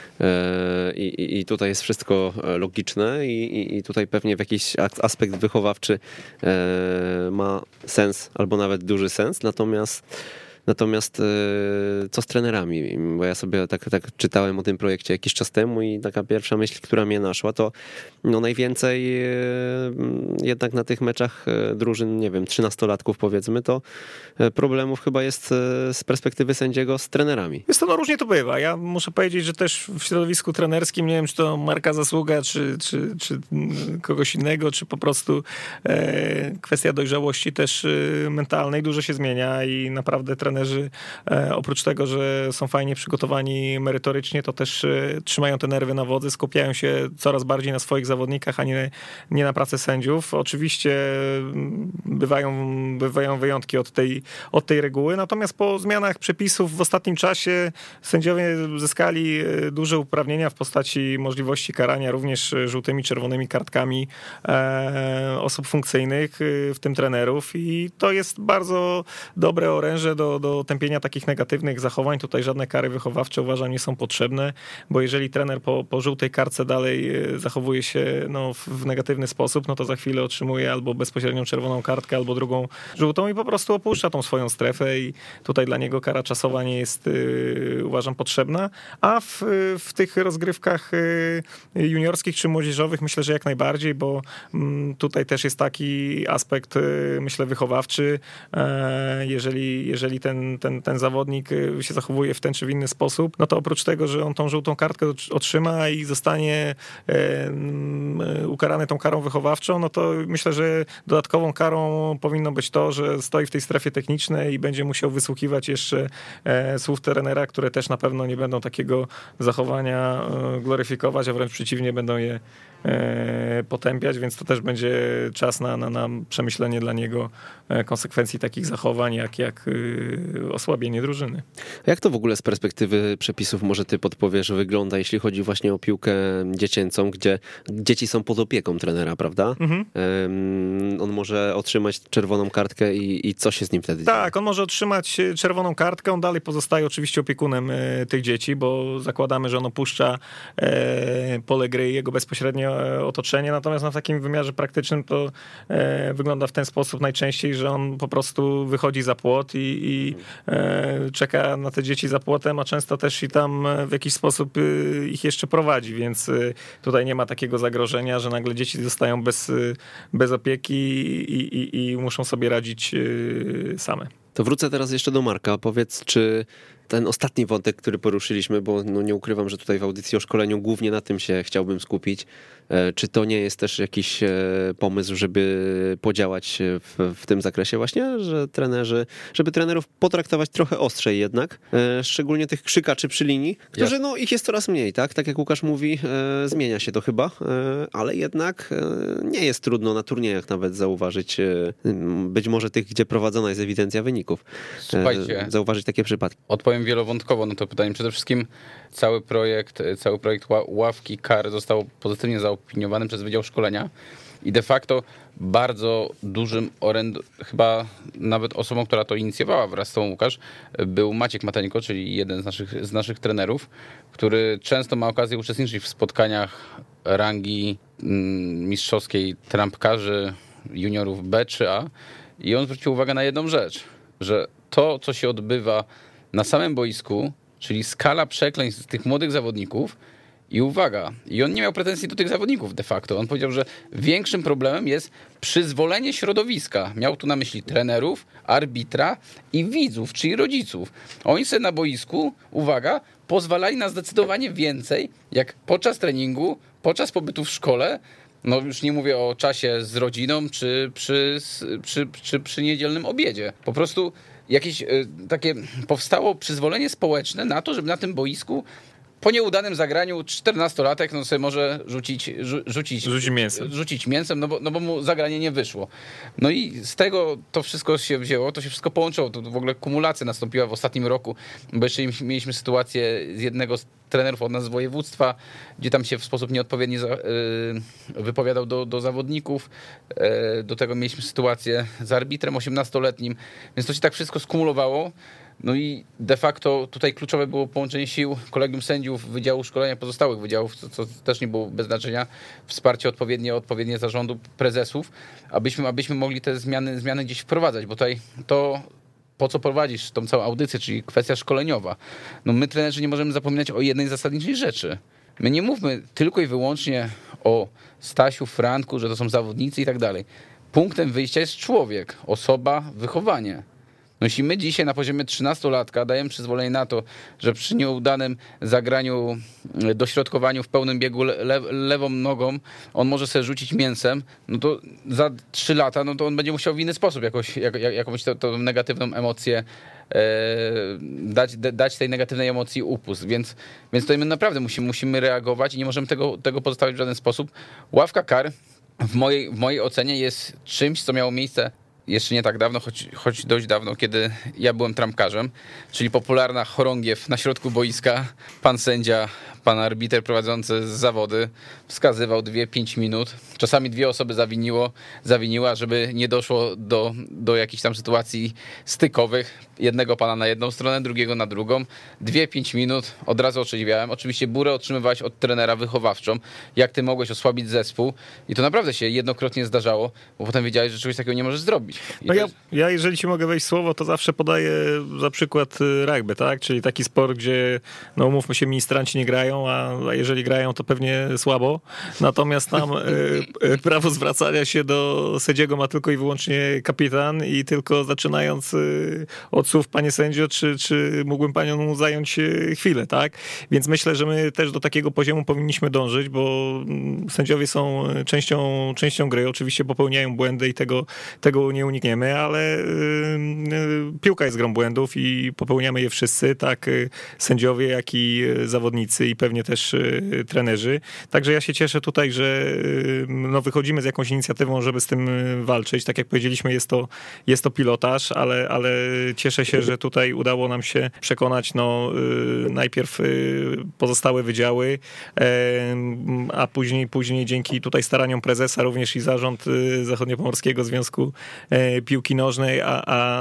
i tutaj jest wszystko logiczne i tutaj pewnie w jakiś aspekt wychowawczy ma sens albo nawet duży sens, Natomiast co z trenerami? Bo ja sobie tak czytałem o tym projekcie jakiś czas temu i taka pierwsza myśl, która mnie naszła, to najwięcej jednak na tych meczach drużyn, nie wiem, 13-latków powiedzmy, to problemów chyba jest z perspektywy sędziego z trenerami. Jest to, różnie to bywa. Ja muszę powiedzieć, że też w środowisku trenerskim, nie wiem, czy to Marka zasługa, czy kogoś innego, czy po prostu kwestia dojrzałości też mentalnej, dużo się zmienia i naprawdę trenerzy oprócz tego, że są fajnie przygotowani merytorycznie, to też trzymają te nerwy na wodzy, skupiają się coraz bardziej na swoich zawodnikach, a nie na pracy sędziów. Oczywiście bywają wyjątki od tej reguły, natomiast po zmianach przepisów w ostatnim czasie sędziowie zyskali duże uprawnienia w postaci możliwości karania również żółtymi, czerwonymi kartkami osób funkcyjnych, w tym trenerów, i to jest bardzo dobre oręże do do tępienia takich negatywnych zachowań tutaj żadne kary wychowawcze uważam nie są potrzebne, bo jeżeli trener po żółtej kartce dalej zachowuje się w negatywny sposób, no to za chwilę otrzymuje albo bezpośrednią czerwoną kartkę, albo drugą żółtą i po prostu opuszcza tą swoją strefę i tutaj dla niego kara czasowa nie jest uważam potrzebna, a w tych rozgrywkach juniorskich czy młodzieżowych myślę, że jak najbardziej, bo tutaj też jest taki aspekt myślę wychowawczy, jeżeli ten zawodnik się zachowuje w ten czy w inny sposób, no to oprócz tego, że on tą żółtą kartkę otrzyma i zostanie ukarany tą karą wychowawczą, no to myślę, że dodatkową karą powinno być to, że stoi w tej strefie technicznej i będzie musiał wysłuchiwać jeszcze słów trenera, które też na pewno nie będą takiego zachowania gloryfikować, a wręcz przeciwnie, będą je potępiać, więc to też będzie czas na przemyślenie dla niego konsekwencji takich zachowań, jak osłabienie drużyny. Jak to w ogóle z perspektywy przepisów, może ty podpowiesz, wygląda, jeśli chodzi właśnie o piłkę dziecięcą, gdzie dzieci są pod opieką trenera, prawda? Mhm. On może otrzymać czerwoną kartkę i co się z nim wtedy dzieje? Tak, on może otrzymać czerwoną kartkę, on dalej pozostaje oczywiście opiekunem tych dzieci, bo zakładamy, że on opuszcza pole gry i jego bezpośrednie otoczenie, natomiast w takim wymiarze praktycznym to wygląda w ten sposób najczęściej, że on po prostu wychodzi za płot i czeka na te dzieci za płotem, a często też i tam w jakiś sposób ich jeszcze prowadzi, więc tutaj nie ma takiego zagrożenia, że nagle dzieci zostają bez opieki i muszą sobie radzić same. To wrócę teraz jeszcze do Marka. Powiedz, czy ten ostatni wątek, który poruszyliśmy, bo nie ukrywam, że tutaj w audycji o szkoleniu głównie na tym się chciałbym skupić. Czy to nie jest też jakiś pomysł, żeby podziałać w tym zakresie właśnie, że żeby trenerów potraktować trochę ostrzej jednak, szczególnie tych krzykaczy przy linii, którzy ich jest coraz mniej, tak? Tak jak Łukasz mówi, zmienia się to chyba, ale jednak nie jest trudno na turniejach nawet zauważyć, być może tych, gdzie prowadzona jest ewidencja wyników. Słuchajcie, zauważyć takie przypadki. Odpowiem wielowątkowo na to pytanie. Przede wszystkim cały projekt ławki kar został pozytywnie zaopiniowany przez Wydział Szkolenia i de facto bardzo dużym chyba nawet osobą, która to inicjowała wraz z tą Łukasz, był Maciek Mateńko, czyli jeden z naszych trenerów, który często ma okazję uczestniczyć w spotkaniach rangi mistrzowskiej trampkarzy juniorów B czy A i on zwrócił uwagę na jedną rzecz, że to, co się odbywa na samym boisku, czyli skala przekleństw tych młodych zawodników i uwaga, i on nie miał pretensji do tych zawodników de facto. On powiedział, że większym problemem jest przyzwolenie środowiska. Miał tu na myśli trenerów, arbitra i widzów, czyli rodziców. Oni sobie na boisku, uwaga, pozwalali na zdecydowanie więcej, jak podczas treningu, podczas pobytu w szkole, no już nie mówię o czasie z rodziną, czy przy niedzielnym obiedzie. Po prostu jakieś takie powstało przyzwolenie społeczne na to, żeby na tym boisku po nieudanym zagraniu 14-latek sobie może rzucić mięsem, no bo mu zagranie nie wyszło. No i z tego to wszystko się wzięło, to się wszystko połączyło. To w ogóle kumulacja nastąpiła w ostatnim roku, bo jeszcze mieliśmy sytuację z jednego z trenerów od nas z województwa, gdzie tam się w sposób nieodpowiedni wypowiadał do zawodników. Do tego mieliśmy sytuację z arbitrem 18-letnim, więc to się tak wszystko skumulowało. No i de facto tutaj kluczowe było połączenie sił kolegium sędziów, Wydziału Szkolenia, pozostałych wydziałów, co też nie było bez znaczenia, wsparcie odpowiednie zarządu, prezesów, abyśmy mogli te zmiany gdzieś wprowadzać, bo tutaj to, po co prowadzisz tą całą audycję, czyli kwestia szkoleniowa. No my, trenerzy, nie możemy zapominać o jednej zasadniczej rzeczy. My nie mówmy tylko i wyłącznie o Stasiu, Franku, że to są zawodnicy i tak dalej. Punktem wyjścia jest człowiek, osoba, wychowanie. No jeśli my dzisiaj na poziomie 13-latka dajemy przyzwolenie na to, że przy nieudanym zagraniu, dośrodkowaniu w pełnym biegu lewą nogą on może sobie rzucić mięsem, no to za 3 lata no to on będzie musiał w inny sposób jakąś tą negatywną emocję dać tej negatywnej emocji upust. Więc tutaj my naprawdę musimy reagować i nie możemy tego pozostawić w żaden sposób. Ławka kar w mojej ocenie jest czymś, co miało miejsce jeszcze nie tak dawno, choć dość dawno, kiedy ja byłem trampkarzem, czyli popularna chorągiew na środku boiska. Pan sędzia, pan arbiter prowadzący zawody wskazywał 2-5 minut. Czasami 2 osoby zawiniła, żeby nie doszło do jakichś tam sytuacji stykowych. Jednego pana na jedną stronę, drugiego na drugą. 2-5 minut, od razu otrzeźwiałem. Oczywiście burę otrzymywałeś od trenera wychowawczą, jak ty mogłeś osłabić zespół. I to naprawdę się jednokrotnie zdarzało, bo potem wiedziałeś, że czegoś takiego nie możesz zrobić. No ja, jeżeli ci mogę wejść słowo, to zawsze podaję za przykład rugby, tak? Czyli taki sport, gdzie, no umówmy się, ministranci nie grają, a jeżeli grają, to pewnie słabo. Natomiast tam prawo zwracania się do sędziego ma tylko i wyłącznie kapitan i tylko zaczynając od słów panie sędzio, czy mógłbym panią zająć chwilę, tak? Więc myślę, że my też do takiego poziomu powinniśmy dążyć, bo sędziowie są częścią gry. Oczywiście popełniają błędy i tego nie unikniemy, ale piłka jest grą błędów i popełniamy je wszyscy, tak sędziowie, jak i zawodnicy i pewnie też trenerzy. Także ja się cieszę tutaj, że no, wychodzimy z jakąś inicjatywą, żeby z tym walczyć. Tak jak powiedzieliśmy, jest to pilotaż, ale cieszę się, że tutaj udało nam się przekonać najpierw pozostałe wydziały, a później dzięki tutaj staraniom prezesa również i zarząd Zachodniopomorskiego Związku Piłki Nożnej, a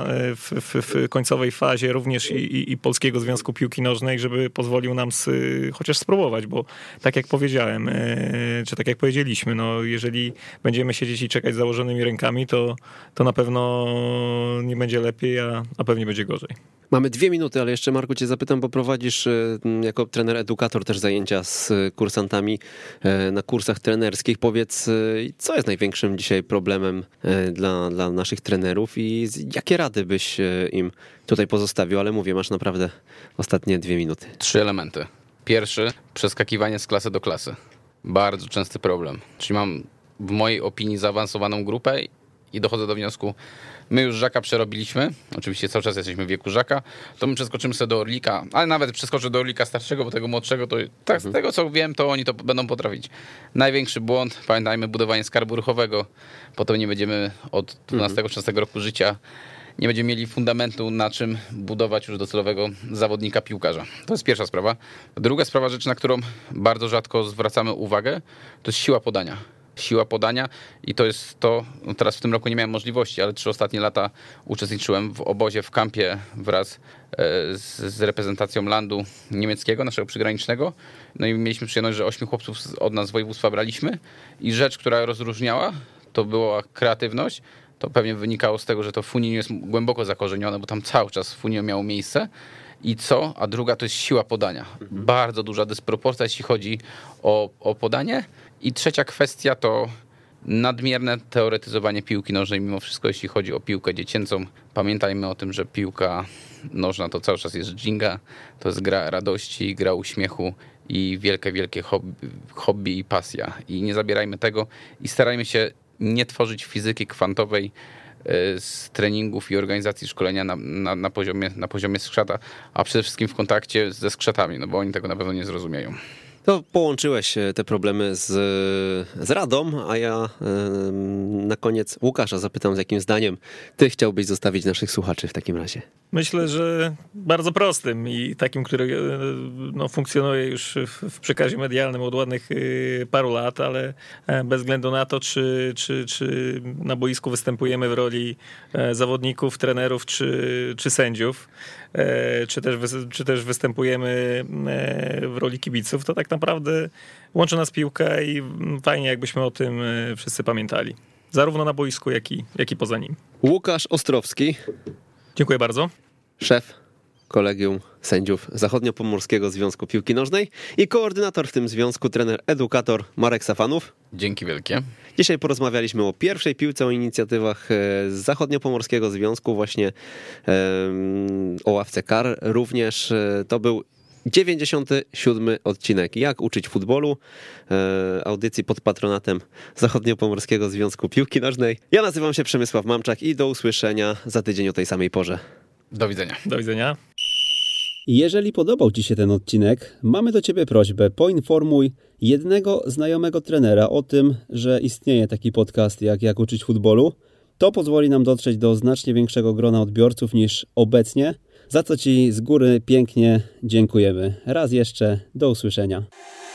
w końcowej fazie również i Polskiego Związku Piłki Nożnej, żeby pozwolił nam chociaż spróbować, bo tak jak powiedziałem, czy tak jak powiedzieliśmy, no jeżeli będziemy siedzieć i czekać z założonymi rękami, to na pewno nie będzie lepiej, a pewnie będzie gorzej. Mamy 2 minuty, ale jeszcze Marku cię zapytam, bo prowadzisz jako trener edukator też zajęcia z kursantami na kursach trenerskich. Powiedz, co jest największym dzisiaj problemem dla naszych trenerów i jakie rady byś im tutaj pozostawił? Ale mówię, masz naprawdę ostatnie 2 minuty. 3 elementy. Pierwszy, przeskakiwanie z klasy do klasy. Bardzo częsty problem. Czyli mam w mojej opinii zaawansowaną grupę i dochodzę do wniosku, my już Żaka przerobiliśmy, oczywiście cały czas jesteśmy w wieku Żaka, to my przeskoczymy sobie do Orlika, ale nawet przeskoczę do Orlika starszego, bo tego młodszego, to tak z tego co wiem, to oni to będą potrafić. Największy błąd, pamiętajmy, budowanie skarbu ruchowego, potem nie będziemy od 12-13 roku życia, nie będziemy mieli fundamentu, na czym budować już docelowego zawodnika piłkarza. To jest pierwsza sprawa. Druga sprawa, rzecz, na którą bardzo rzadko zwracamy uwagę, to jest siła podania. Siła podania i to jest to, no teraz w tym roku nie miałem możliwości, ale 3 ostatnie lata uczestniczyłem w obozie w kampie wraz z reprezentacją landu niemieckiego, naszego przygranicznego. No i mieliśmy przyjemność, że 8 chłopców od nas z województwa braliśmy i rzecz, która rozróżniała, to była kreatywność. To pewnie wynikało z tego, że to w Funiniu jest głęboko zakorzenione, bo tam cały czas w Funiniu miało miejsce. I co? A druga to jest siła podania. Bardzo duża dysproporcja, jeśli chodzi o podanie. I trzecia kwestia to nadmierne teoretyzowanie piłki nożnej, mimo wszystko jeśli chodzi o piłkę dziecięcą. Pamiętajmy o tym, że piłka nożna to cały czas jest dżinga, to jest gra radości, gra uśmiechu i wielkie hobby i pasja. I nie zabierajmy tego i starajmy się nie tworzyć fizyki kwantowej z treningów i organizacji szkolenia na poziomie skrzata, a przede wszystkim w kontakcie ze skrzatami, no bo oni tego na pewno nie zrozumieją. To połączyłeś te problemy z radą, a ja na koniec Łukasza zapytam, z jakim zdaniem ty chciałbyś zostawić naszych słuchaczy w takim razie. Myślę, że bardzo prostym i takim, który funkcjonuje już w przekazie medialnym od ładnych paru lat, ale bez względu na to, czy na boisku występujemy w roli zawodników, trenerów czy sędziów, czy też występujemy w roli kibiców, to tak naprawdę łączy nas piłka i fajnie, jakbyśmy o tym wszyscy pamiętali. Zarówno na boisku, jak i poza nim. Łukasz Ostrowski. Dziękuję bardzo. Szef Kolegium Sędziów Zachodniopomorskiego Związku Piłki Nożnej i koordynator w tym związku, trener edukator Marek Safanów. Dzięki wielkie. Dzisiaj porozmawialiśmy o pierwszej piłce, o inicjatywach z Zachodniopomorskiego Związku, właśnie o ławce kar. Również to był 97. odcinek Jak uczyć futbolu, audycji pod patronatem Zachodniopomorskiego Związku Piłki Nożnej. Ja nazywam się Przemysław Mamczak i do usłyszenia za tydzień o tej samej porze. Do widzenia. Do widzenia. Jeżeli podobał Ci się ten odcinek, mamy do Ciebie prośbę, poinformuj jednego znajomego trenera o tym, że istnieje taki podcast jak uczyć futbolu To pozwoli nam dotrzeć do znacznie większego grona odbiorców niż obecnie, za co Ci z góry pięknie dziękujemy. Raz jeszcze, do usłyszenia.